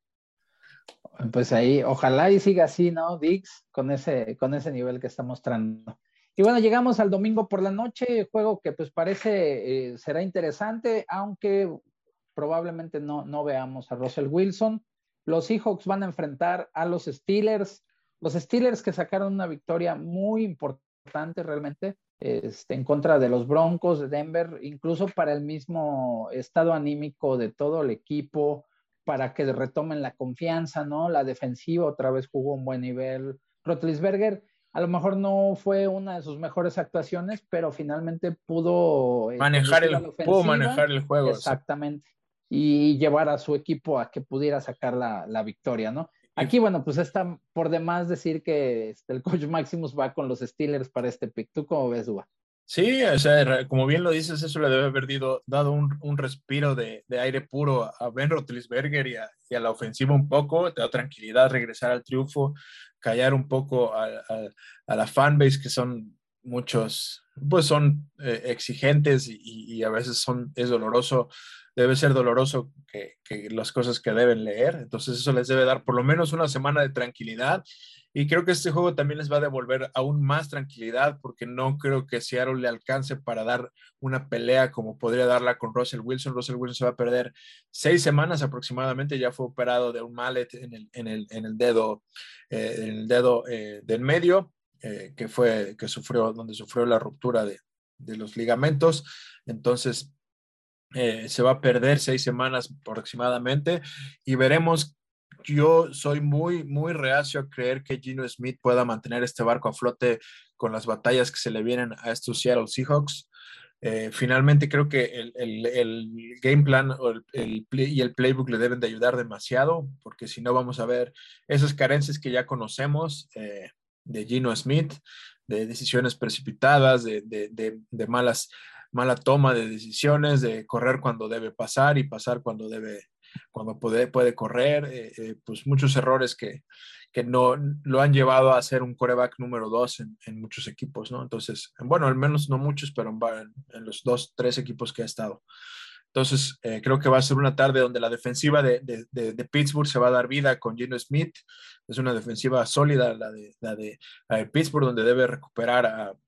Pues ahí, ojalá y siga así, ¿no? Diggs con ese nivel que está mostrando. Y bueno, llegamos al domingo por la noche, juego que pues parece será interesante, aunque probablemente no veamos a Russell Wilson. Los Seahawks van a enfrentar a los Steelers que sacaron una victoria muy importante realmente en contra de los Broncos de Denver, incluso para el mismo estado anímico de todo el equipo, para que retomen la confianza, ¿no? La defensiva otra vez jugó un buen nivel. Roethlisberger a lo mejor no fue una de sus mejores actuaciones, pero finalmente pudo manejar el juego. Exactamente. Y llevar a su equipo a que pudiera sacar la victoria, ¿no? Aquí, bueno, pues está por demás decir que el coach Maximus va con los Steelers para este pick. ¿Tú cómo ves, Uba? Sí, o sea, como bien lo dices, eso le debe haber dado un respiro de aire puro a Ben Roethlisberger y a la ofensiva un poco, te da tranquilidad regresar al triunfo, callar un poco a la fanbase que son muchos, pues son exigentes y a veces es doloroso, debe ser doloroso que las cosas que deben leer, entonces eso les debe dar por lo menos una semana de tranquilidad. Y creo que este juego también les va a devolver aún más tranquilidad porque no creo que Seattle le alcance para dar una pelea como podría darla con Russell Wilson. Russell Wilson se va a perder 6 semanas aproximadamente, ya fue operado de un mallet en el dedo del medio, donde sufrió la ruptura de los ligamentos. Entonces se va a perder 6 semanas aproximadamente y veremos. Yo soy muy, muy reacio a creer que Geno Smith pueda mantener este barco a flote con las batallas que se le vienen a estos Seattle Seahawks. Finalmente creo que el game plan o y el playbook le deben de ayudar demasiado, porque si no vamos a ver esas carencias que ya conocemos de Geno Smith, de decisiones precipitadas, de mala toma de decisiones, de correr cuando debe pasar y pasar cuando puede correr, pues muchos errores que no lo han llevado a ser un quarterback número 2 en muchos equipos, ¿no? Entonces, bueno, al menos no muchos, pero en los 2, 3 equipos que ha estado. Entonces, creo que va a ser una tarde donde la defensiva de Pittsburgh se va a dar vida con Geno Smith. Es una defensiva sólida, la de Pittsburgh, donde debe recuperar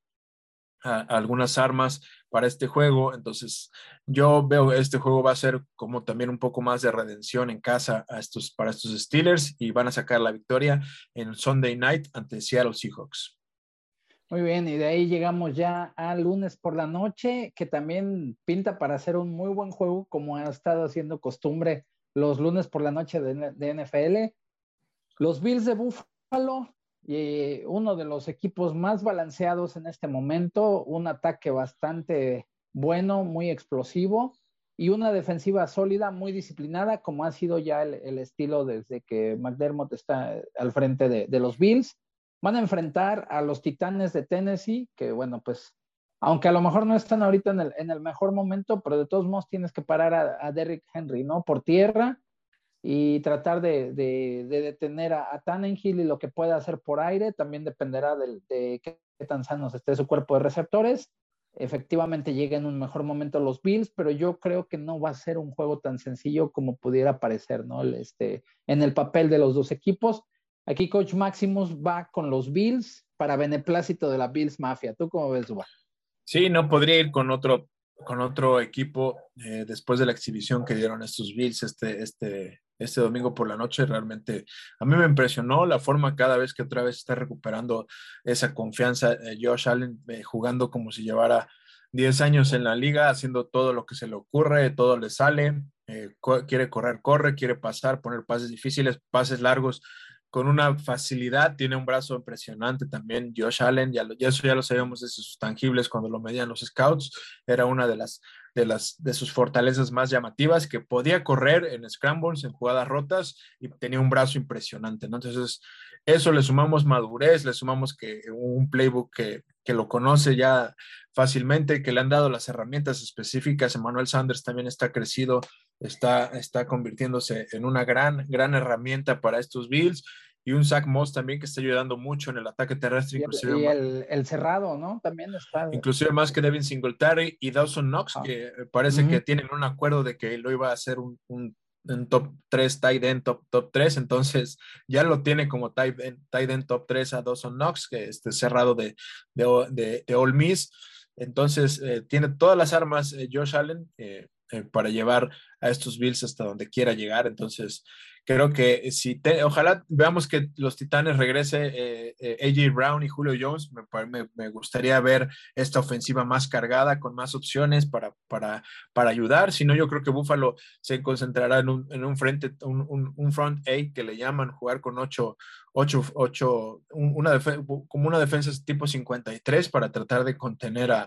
a algunas armas para este juego. Entonces, yo veo este juego va a ser como también un poco más de redención en casa para estos Steelers y van a sacar la victoria en Sunday Night ante Seattle Seahawks. Muy bien, y de ahí llegamos ya al lunes por la noche, que también pinta para ser un muy buen juego, como ha estado haciendo costumbre los lunes por la noche de NFL. Los Bills de Buffalo, uno de los equipos más balanceados en este momento, un ataque bastante bueno, muy explosivo, y una defensiva sólida, muy disciplinada, como ha sido ya el estilo desde que McDermott está al frente de los Bills. Van a enfrentar a los Titanes de Tennessee, que bueno, pues, aunque a lo mejor no están ahorita en el mejor momento, pero de todos modos tienes que parar a Derrick Henry, ¿no? Por tierra y tratar de detener a Tannehill y lo que pueda hacer por aire. También dependerá de qué tan sanos esté su cuerpo de receptores. Efectivamente llega en un mejor momento los Bills, pero yo creo que no va a ser un juego tan sencillo como pudiera parecer, ¿no? En el papel de los dos equipos. Aquí Coach Maximus va con los Bills para beneplácito de la Bills Mafia. ¿Tú cómo ves, Uba? Sí, no podría ir con otro equipo después de la exhibición que dieron estos Bills este domingo por la noche. Realmente a mí me impresionó la forma cada vez que otra vez está recuperando esa confianza. Josh Allen jugando como si llevara 10 años en la liga, haciendo todo lo que se le ocurre, todo le sale. Quiere correr, corre, quiere pasar, poner pases difíciles, pases largos con una facilidad, tiene un brazo impresionante también. Josh Allen, eso ya lo sabíamos de sus tangibles cuando lo medían los scouts, era una de sus fortalezas más llamativas, que podía correr en scrambles, en jugadas rotas, y tenía un brazo impresionante, ¿no? Entonces, eso le sumamos madurez, le sumamos que un playbook que lo conoce ya fácilmente, que le han dado las herramientas específicas. Emmanuel Sanders también está crecido, está convirtiéndose en una gran herramienta para estos Bills, y un Zach Moss también que está ayudando mucho en el ataque terrestre, Y el cerrado, ¿no? También está. Inclusive más que Devin Singletary y Dawson Knox, que parece que tienen un acuerdo de que lo iba a hacer un top 3 tight end, top 3, entonces ya lo tiene como tight end top 3 a Dawson Knox, que es cerrado de Ole Miss. Entonces tiene todas las armas Josh Allen para llevar a estos Bills hasta donde quiera llegar. Entonces creo que ojalá veamos que los Titanes regrese AJ Brown y Julio Jones. Me gustaría ver esta ofensiva más cargada, con más opciones para ayudar. Si no, yo creo que Buffalo se concentrará en un front 8 que le llaman, jugar con 8 como una defensa tipo 53 para tratar de contener a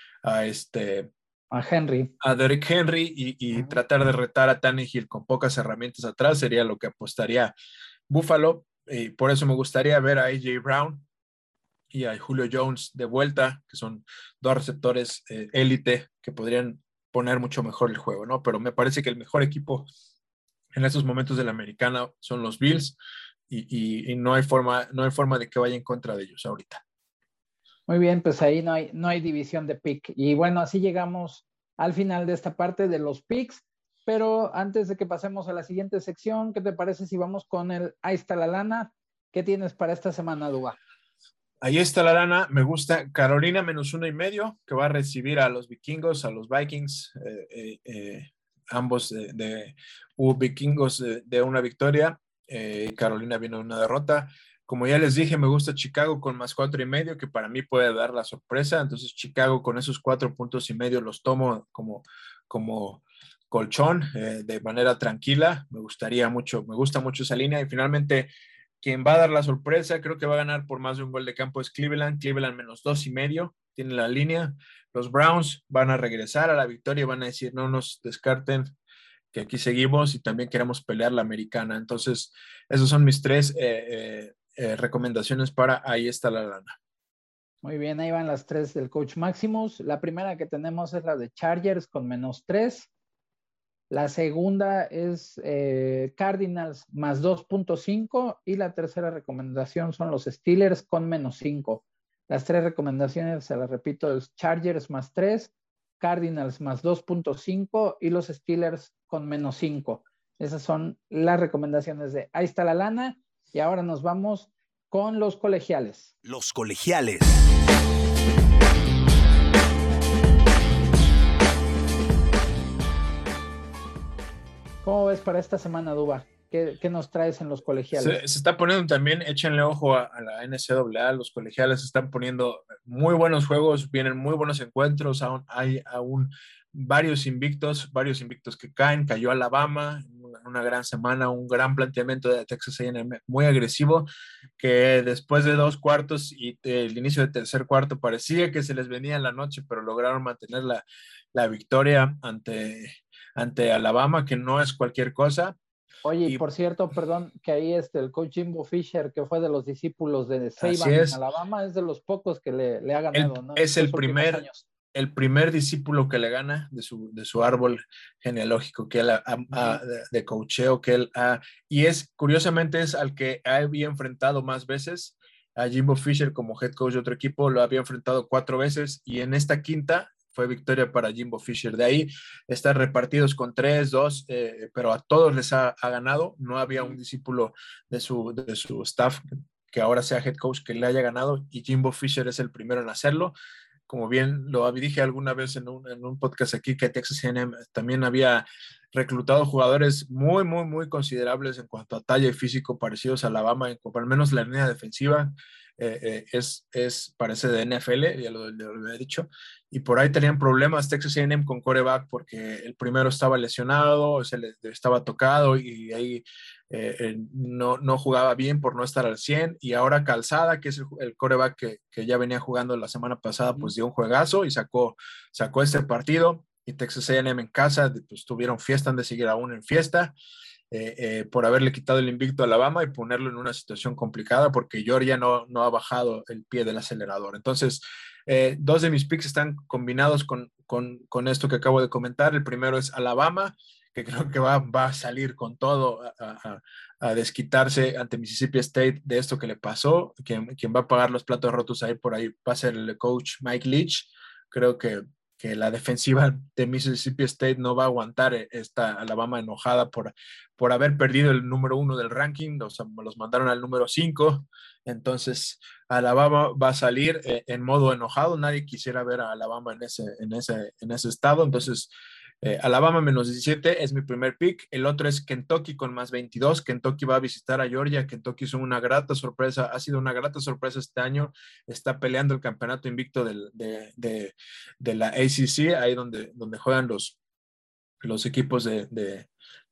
Henry. A Derrick Henry y tratar de retar a Tannehill con pocas herramientas atrás sería lo que apostaría Buffalo. Y por eso me gustaría ver a AJ Brown y a Julio Jones de vuelta, que son dos receptores élite que podrían poner mucho mejor el juego, ¿no? Pero me parece que el mejor equipo en estos momentos de la americana son los Bills, y no hay forma de que vaya en contra de ellos ahorita. Muy bien, pues ahí no hay división de pick. Y bueno, así llegamos al final de esta parte de los picks. Pero antes de que pasemos a la siguiente sección, ¿qué te parece si vamos con Ahí está la lana? ¿Qué tienes para esta semana, Duba? Ahí está la lana. Me gusta Carolina -1.5, que va a recibir a los vikingos, a los Vikings, ambos de vikingos de una victoria. Carolina viene de una derrota. Como ya les dije, me gusta Chicago con +4.5, que para mí puede dar la sorpresa. Entonces Chicago con esos 4.5 puntos los tomo como colchón de manera tranquila. Me gusta mucho esa línea. Y finalmente, quien va a dar la sorpresa, creo que va a ganar por más de un gol de campo, es Cleveland -2.5. tiene la línea. Los Browns van a regresar a la victoria y van a decir, no nos descarten, que aquí seguimos y también queremos pelear la americana. Entonces, esas son mis tres recomendaciones para Ahí Está la Lana. Muy bien, ahí van las 3 del Coach Maximus. La primera que tenemos es la de Chargers con -3. La segunda es Cardinals más 2.5 y la tercera recomendación son los Steelers con -5. Las 3 recomendaciones, se las repito, es Chargers más 3, Cardinals más 2.5 y los Steelers con -5. Esas son las recomendaciones de Ahí Está la Lana. Y ahora nos vamos con los colegiales. Los colegiales. ¿Cómo ves para esta semana, Duba? ¿Qué nos traes en los colegiales? Se está poniendo también, échenle ojo a la NCAA, los colegiales se están poniendo muy buenos juegos, vienen muy buenos encuentros, hay varios invictos que caen. Cayó Alabama, una gran semana, un gran planteamiento de Texas A&M, muy agresivo, que después de 2 cuartos y el inicio del tercer cuarto parecía que se les venía en la noche, pero lograron mantener la victoria ante Alabama, que no es cualquier cosa. Oye, y por cierto, perdón, que ahí el coach Jimbo Fisher, que fue de los discípulos de Saban en Alabama, es de los pocos que le ha ganado, ¿no? Es el primer discípulo que le gana de su árbol genealógico que él de coacheo que él ha, y curiosamente es al que había enfrentado más veces. A Jimbo Fisher como head coach de otro equipo lo había enfrentado 4 veces y en esta quinta fue victoria para Jimbo Fisher. De ahí están repartidos con 3, 2, pero a todos les ha ganado. No había un discípulo de su staff que ahora sea head coach que le haya ganado, y Jimbo Fisher es el primero en hacerlo. Como bien lo dije alguna vez en un podcast aquí, que Texas A&M también había reclutado jugadores muy, muy, muy considerables en cuanto a talla y físico, parecidos a Alabama, al menos la línea defensiva. Parece de NFL, ya lo he dicho, y por ahí tenían problemas Texas A&M con quarterback porque el primero estaba lesionado, se le estaba tocado y ahí no jugaba bien por no estar al 100, y ahora Calzada, que es el quarterback que ya venía jugando la semana pasada, pues dio un juegazo y sacó este partido, y Texas A&M en casa, pues tuvieron fiesta, han de seguir aún en fiesta. Por haberle quitado el invicto a Alabama y ponerlo en una situación complicada, porque Georgia no ha bajado el pie del acelerador. Entonces, 2 de mis picks están combinados con esto que acabo de comentar. El primero es Alabama, que creo que va a salir con todo a desquitarse ante Mississippi State de esto que le pasó. Quien va a pagar los platos rotos ahí por ahí va a ser el coach Mike Leach. Creo que la defensiva de Mississippi State no va a aguantar esta Alabama enojada por haber perdido el número 1 del ranking. O sea, los mandaron al número 5. Entonces, Alabama va a salir en modo enojado. Nadie quisiera ver a Alabama en ese estado. Entonces, Alabama -17 es mi primer pick. El otro es Kentucky con +22. Kentucky va a visitar a Georgia. Kentucky es una grata sorpresa, ha sido una grata sorpresa este año. Está peleando el campeonato invicto de la ACC, ahí donde juegan los equipos de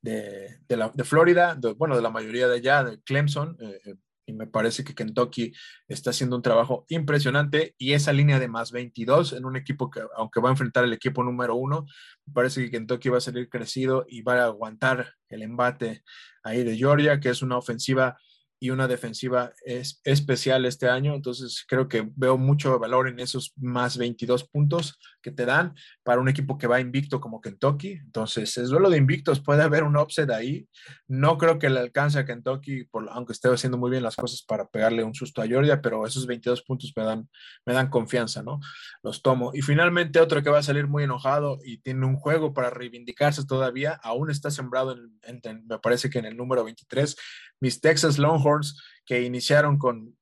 Florida, de la mayoría de allá, de Clemson. Y me parece que Kentucky está haciendo un trabajo impresionante, y esa línea de +22 en un equipo que, aunque va a enfrentar el equipo número 1, me parece que Kentucky va a salir crecido y va a aguantar el embate ahí de Georgia, que es una ofensiva y una defensiva especial este año. Entonces creo que veo mucho valor en esos +22 puntos que te dan para un equipo que va invicto como Kentucky. Entonces es duelo de invictos, puede haber un upset ahí. No creo que le alcance a Kentucky, aunque esté haciendo muy bien las cosas, para pegarle un susto a Georgia, pero esos 22 puntos me dan confianza, ¿no? Los tomo. Y finalmente otro que va a salir muy enojado y tiene un juego para reivindicarse todavía, aún está sembrado me parece que en el número 23, mis Texas Longhorns, que iniciaron con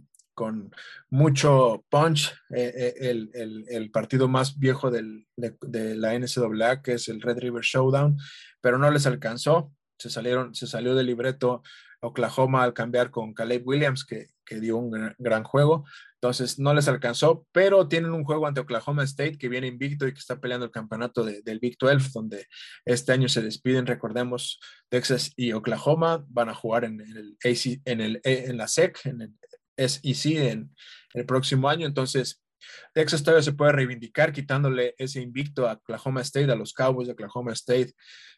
mucho punch el partido más viejo de la NCAA, que es el Red River Showdown, pero no les alcanzó. Se salió del libreto Oklahoma al cambiar con Caleb Williams, que dio un gran juego. Entonces no les alcanzó, pero tienen un juego ante Oklahoma State, que viene invicto y que está peleando el campeonato del Big 12, donde este año se despiden. Recordemos, Texas y Oklahoma van a jugar en la SEC, en el SEC en el próximo año. Entonces Texas todavía se puede reivindicar quitándole ese invicto a Oklahoma State, a los Cowboys de Oklahoma State,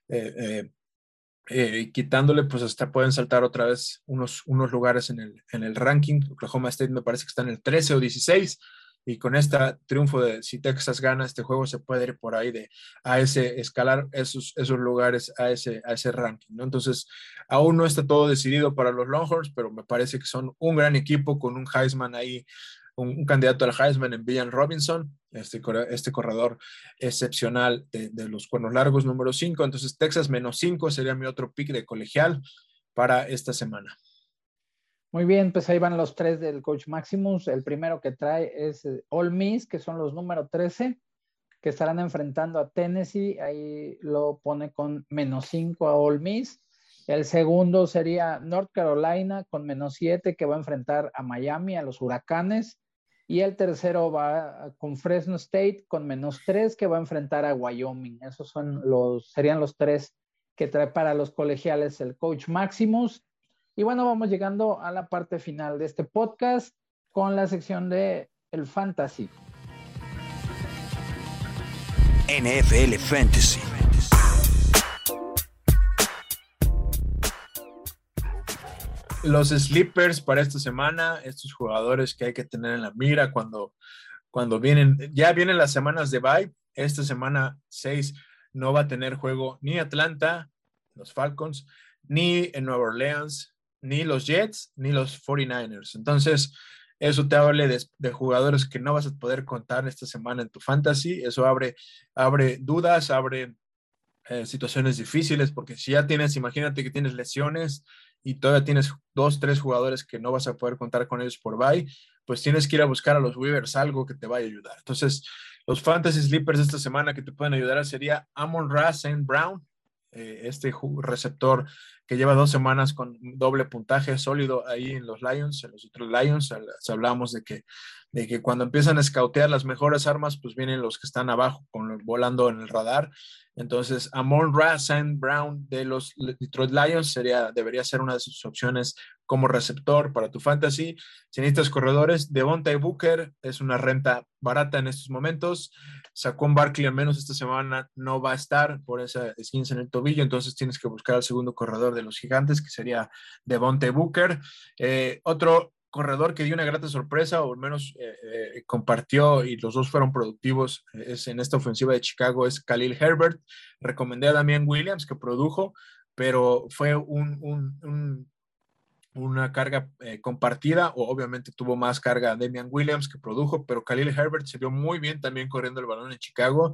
quitándole, pues hasta pueden saltar otra vez unos lugares en el ranking. Oklahoma State me parece que está en el 13 o 16, y con este triunfo si Texas gana este juego, se puede ir por ahí escalar esos lugares a ese ranking, ¿no? Entonces, aún no está todo decidido para los Longhorns, pero me parece que son un gran equipo con un Heisman ahí, un candidato al Heisman en Villan Robinson, este corredor excepcional de los cuernos largos, número 5. Entonces, Texas -5 sería mi otro pick de colegial para esta semana. Muy bien, pues ahí van los 3 del Coach Maximus. El primero que trae es Ole Miss, que son los número 13, que estarán enfrentando a Tennessee. Ahí lo pone con -5 a Ole Miss. El segundo sería North Carolina con -7, que va a enfrentar a Miami, a los Huracanes. Y el tercero va con Fresno State con -3, que va a enfrentar a Wyoming. Esos serían los 3 que trae para los colegiales el Coach Maximus. Y bueno, vamos llegando a la parte final de este podcast con la sección de el Fantasy. NFL Fantasy. Los sleepers para esta semana, estos jugadores que hay que tener en la mira cuando vienen las semanas de bye. Esta semana 6 no va a tener juego ni Atlanta, los Falcons, ni en Nueva Orleans, ni los Jets, ni los 49ers. Entonces, eso te habla de jugadores que no vas a poder contar esta semana en tu fantasy. Eso abre dudas, abre situaciones difíciles, porque si ya imagínate que tienes lesiones y todavía tienes 2, 3 jugadores que no vas a poder contar con ellos por bye, pues tienes que ir a buscar a los waivers algo que te vaya a ayudar. Entonces, los fantasy sleepers de esta semana que te pueden ayudar sería Amon-Ra St. Brown, este receptor que lleva 2 semanas con doble puntaje sólido ahí en los Lions, en los otros Lions. Hablamos de que cuando empiezan a escautear las mejores armas, pues vienen los que están abajo volando en el radar. Entonces, Amon-Ra St. Brown de los Detroit Lions debería ser una de sus opciones como receptor para tu fantasy. Si necesitas corredores, Devontae Booker es una renta barata en estos momentos. Saquon Barkley al menos esta semana no va a estar por esa esguince en el tobillo, entonces tienes que buscar al segundo corredor de los Gigantes, que sería Devontae Booker. Otro corredor que dio una grata sorpresa, o al menos compartió, y los dos fueron productivos en esta ofensiva de Chicago, es Khalil Herbert. Recomendé a Damian Williams, que produjo, pero fue una carga compartida, o obviamente tuvo más carga Damian Williams, que produjo, pero Khalil Herbert se vio muy bien también corriendo el balón en Chicago.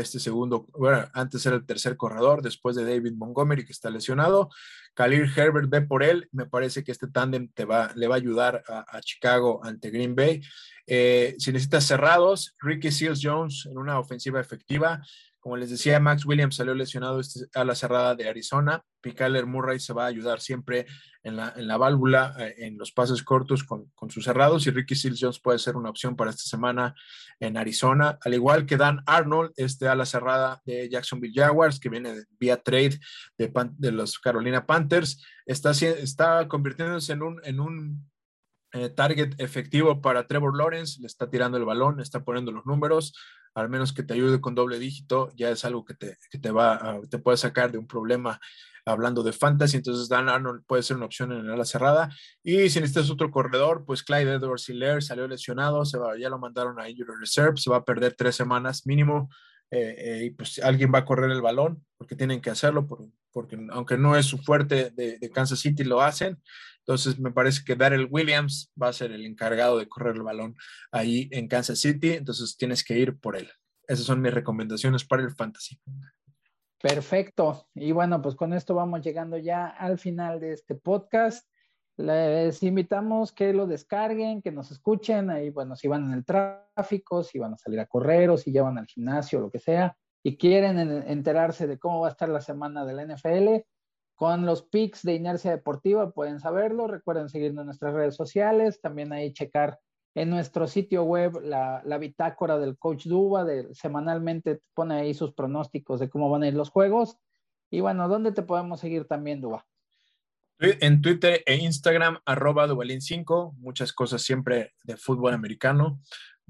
Antes era el tercer corredor después de David Montgomery, que está lesionado. Khalil Herbert, ve por él. Me parece que este tándem le va a ayudar a Chicago ante Green Bay. Si necesitas cerrados, Ricky Seals-Jones en una ofensiva efectiva. Como les decía, Max Williams salió lesionado a la cerrada de Arizona. Kyler Murray se va a ayudar siempre en la válvula, en los pases cortos con sus cerrados, y Ricky Seals-Jones puede ser una opción para esta semana en Arizona, al igual que Dan Arnold, a la cerrada de Jacksonville Jaguars, que viene vía trade de los Carolina Panthers. Está convirtiéndose en un target efectivo para Trevor Lawrence. Le está tirando el balón, está poniendo los números. Al menos que te ayude con doble dígito, ya es algo que te puede sacar de un problema hablando de fantasy. Entonces Dan Arnold puede ser una opción en la cerrada. Y si necesitas otro corredor, pues Clyde Edwards-Helaire salió lesionado, ya lo mandaron a Injury Reserve, se va a perder 3 semanas mínimo, y pues alguien va a correr el balón, porque tienen que hacerlo, porque aunque no es su fuerte de Kansas City, lo hacen. Entonces me parece que Darrell Williams va a ser el encargado de correr el balón ahí en Kansas City, entonces tienes que ir por él. Esas son mis recomendaciones para el fantasy. Perfecto. Y bueno, pues con esto vamos llegando ya al final de este podcast. Les invitamos que lo descarguen, que nos escuchen. Ahí, bueno, si van en el tráfico, si van a salir a correr o si ya van al gimnasio, lo que sea, y quieren enterarse de cómo va a estar la semana de la NFL, con los picks de Inercia Deportiva pueden saberlo. Recuerden seguirnos en nuestras redes sociales, también ahí checar en nuestro sitio web la bitácora del Coach Duba, semanalmente pone ahí sus pronósticos de cómo van a ir los juegos. Y bueno, ¿dónde te podemos seguir también, Duba? En Twitter e Instagram, @Duvalin5, muchas cosas siempre de fútbol americano.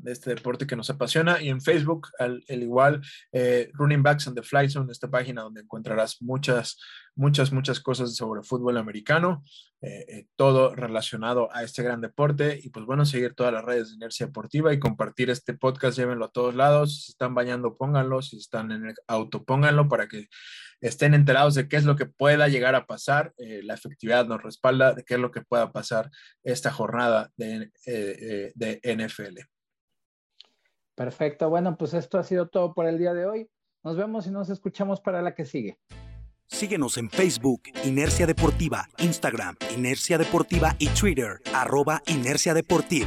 de este deporte que nos apasiona, y en Facebook, al igual, Running Backs and the Fly Zone, esta página donde encontrarás muchas cosas sobre fútbol americano, todo relacionado a este gran deporte. Y pues bueno, seguir todas las redes de Inercia Deportiva y compartir este podcast, llévenlo a todos lados. Si están bañando, pónganlo; si están en el auto, pónganlo, para que estén enterados de qué es lo que pueda llegar a pasar. La efectividad nos respalda de qué es lo que pueda pasar esta jornada de NFL. Perfecto, bueno, pues esto ha sido todo por el día de hoy. Nos vemos y nos escuchamos para la que sigue. Síguenos en Facebook, Inercia Deportiva, Instagram, Inercia Deportiva y Twitter, @Inercia Deportiva.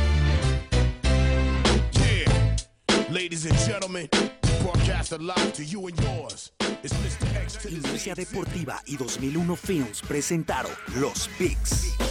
Ladies and gentlemen, broadcast live to you and yours. It's Mr. X to the Inercia Deportiva y 2001 Films presentaron Los Picks.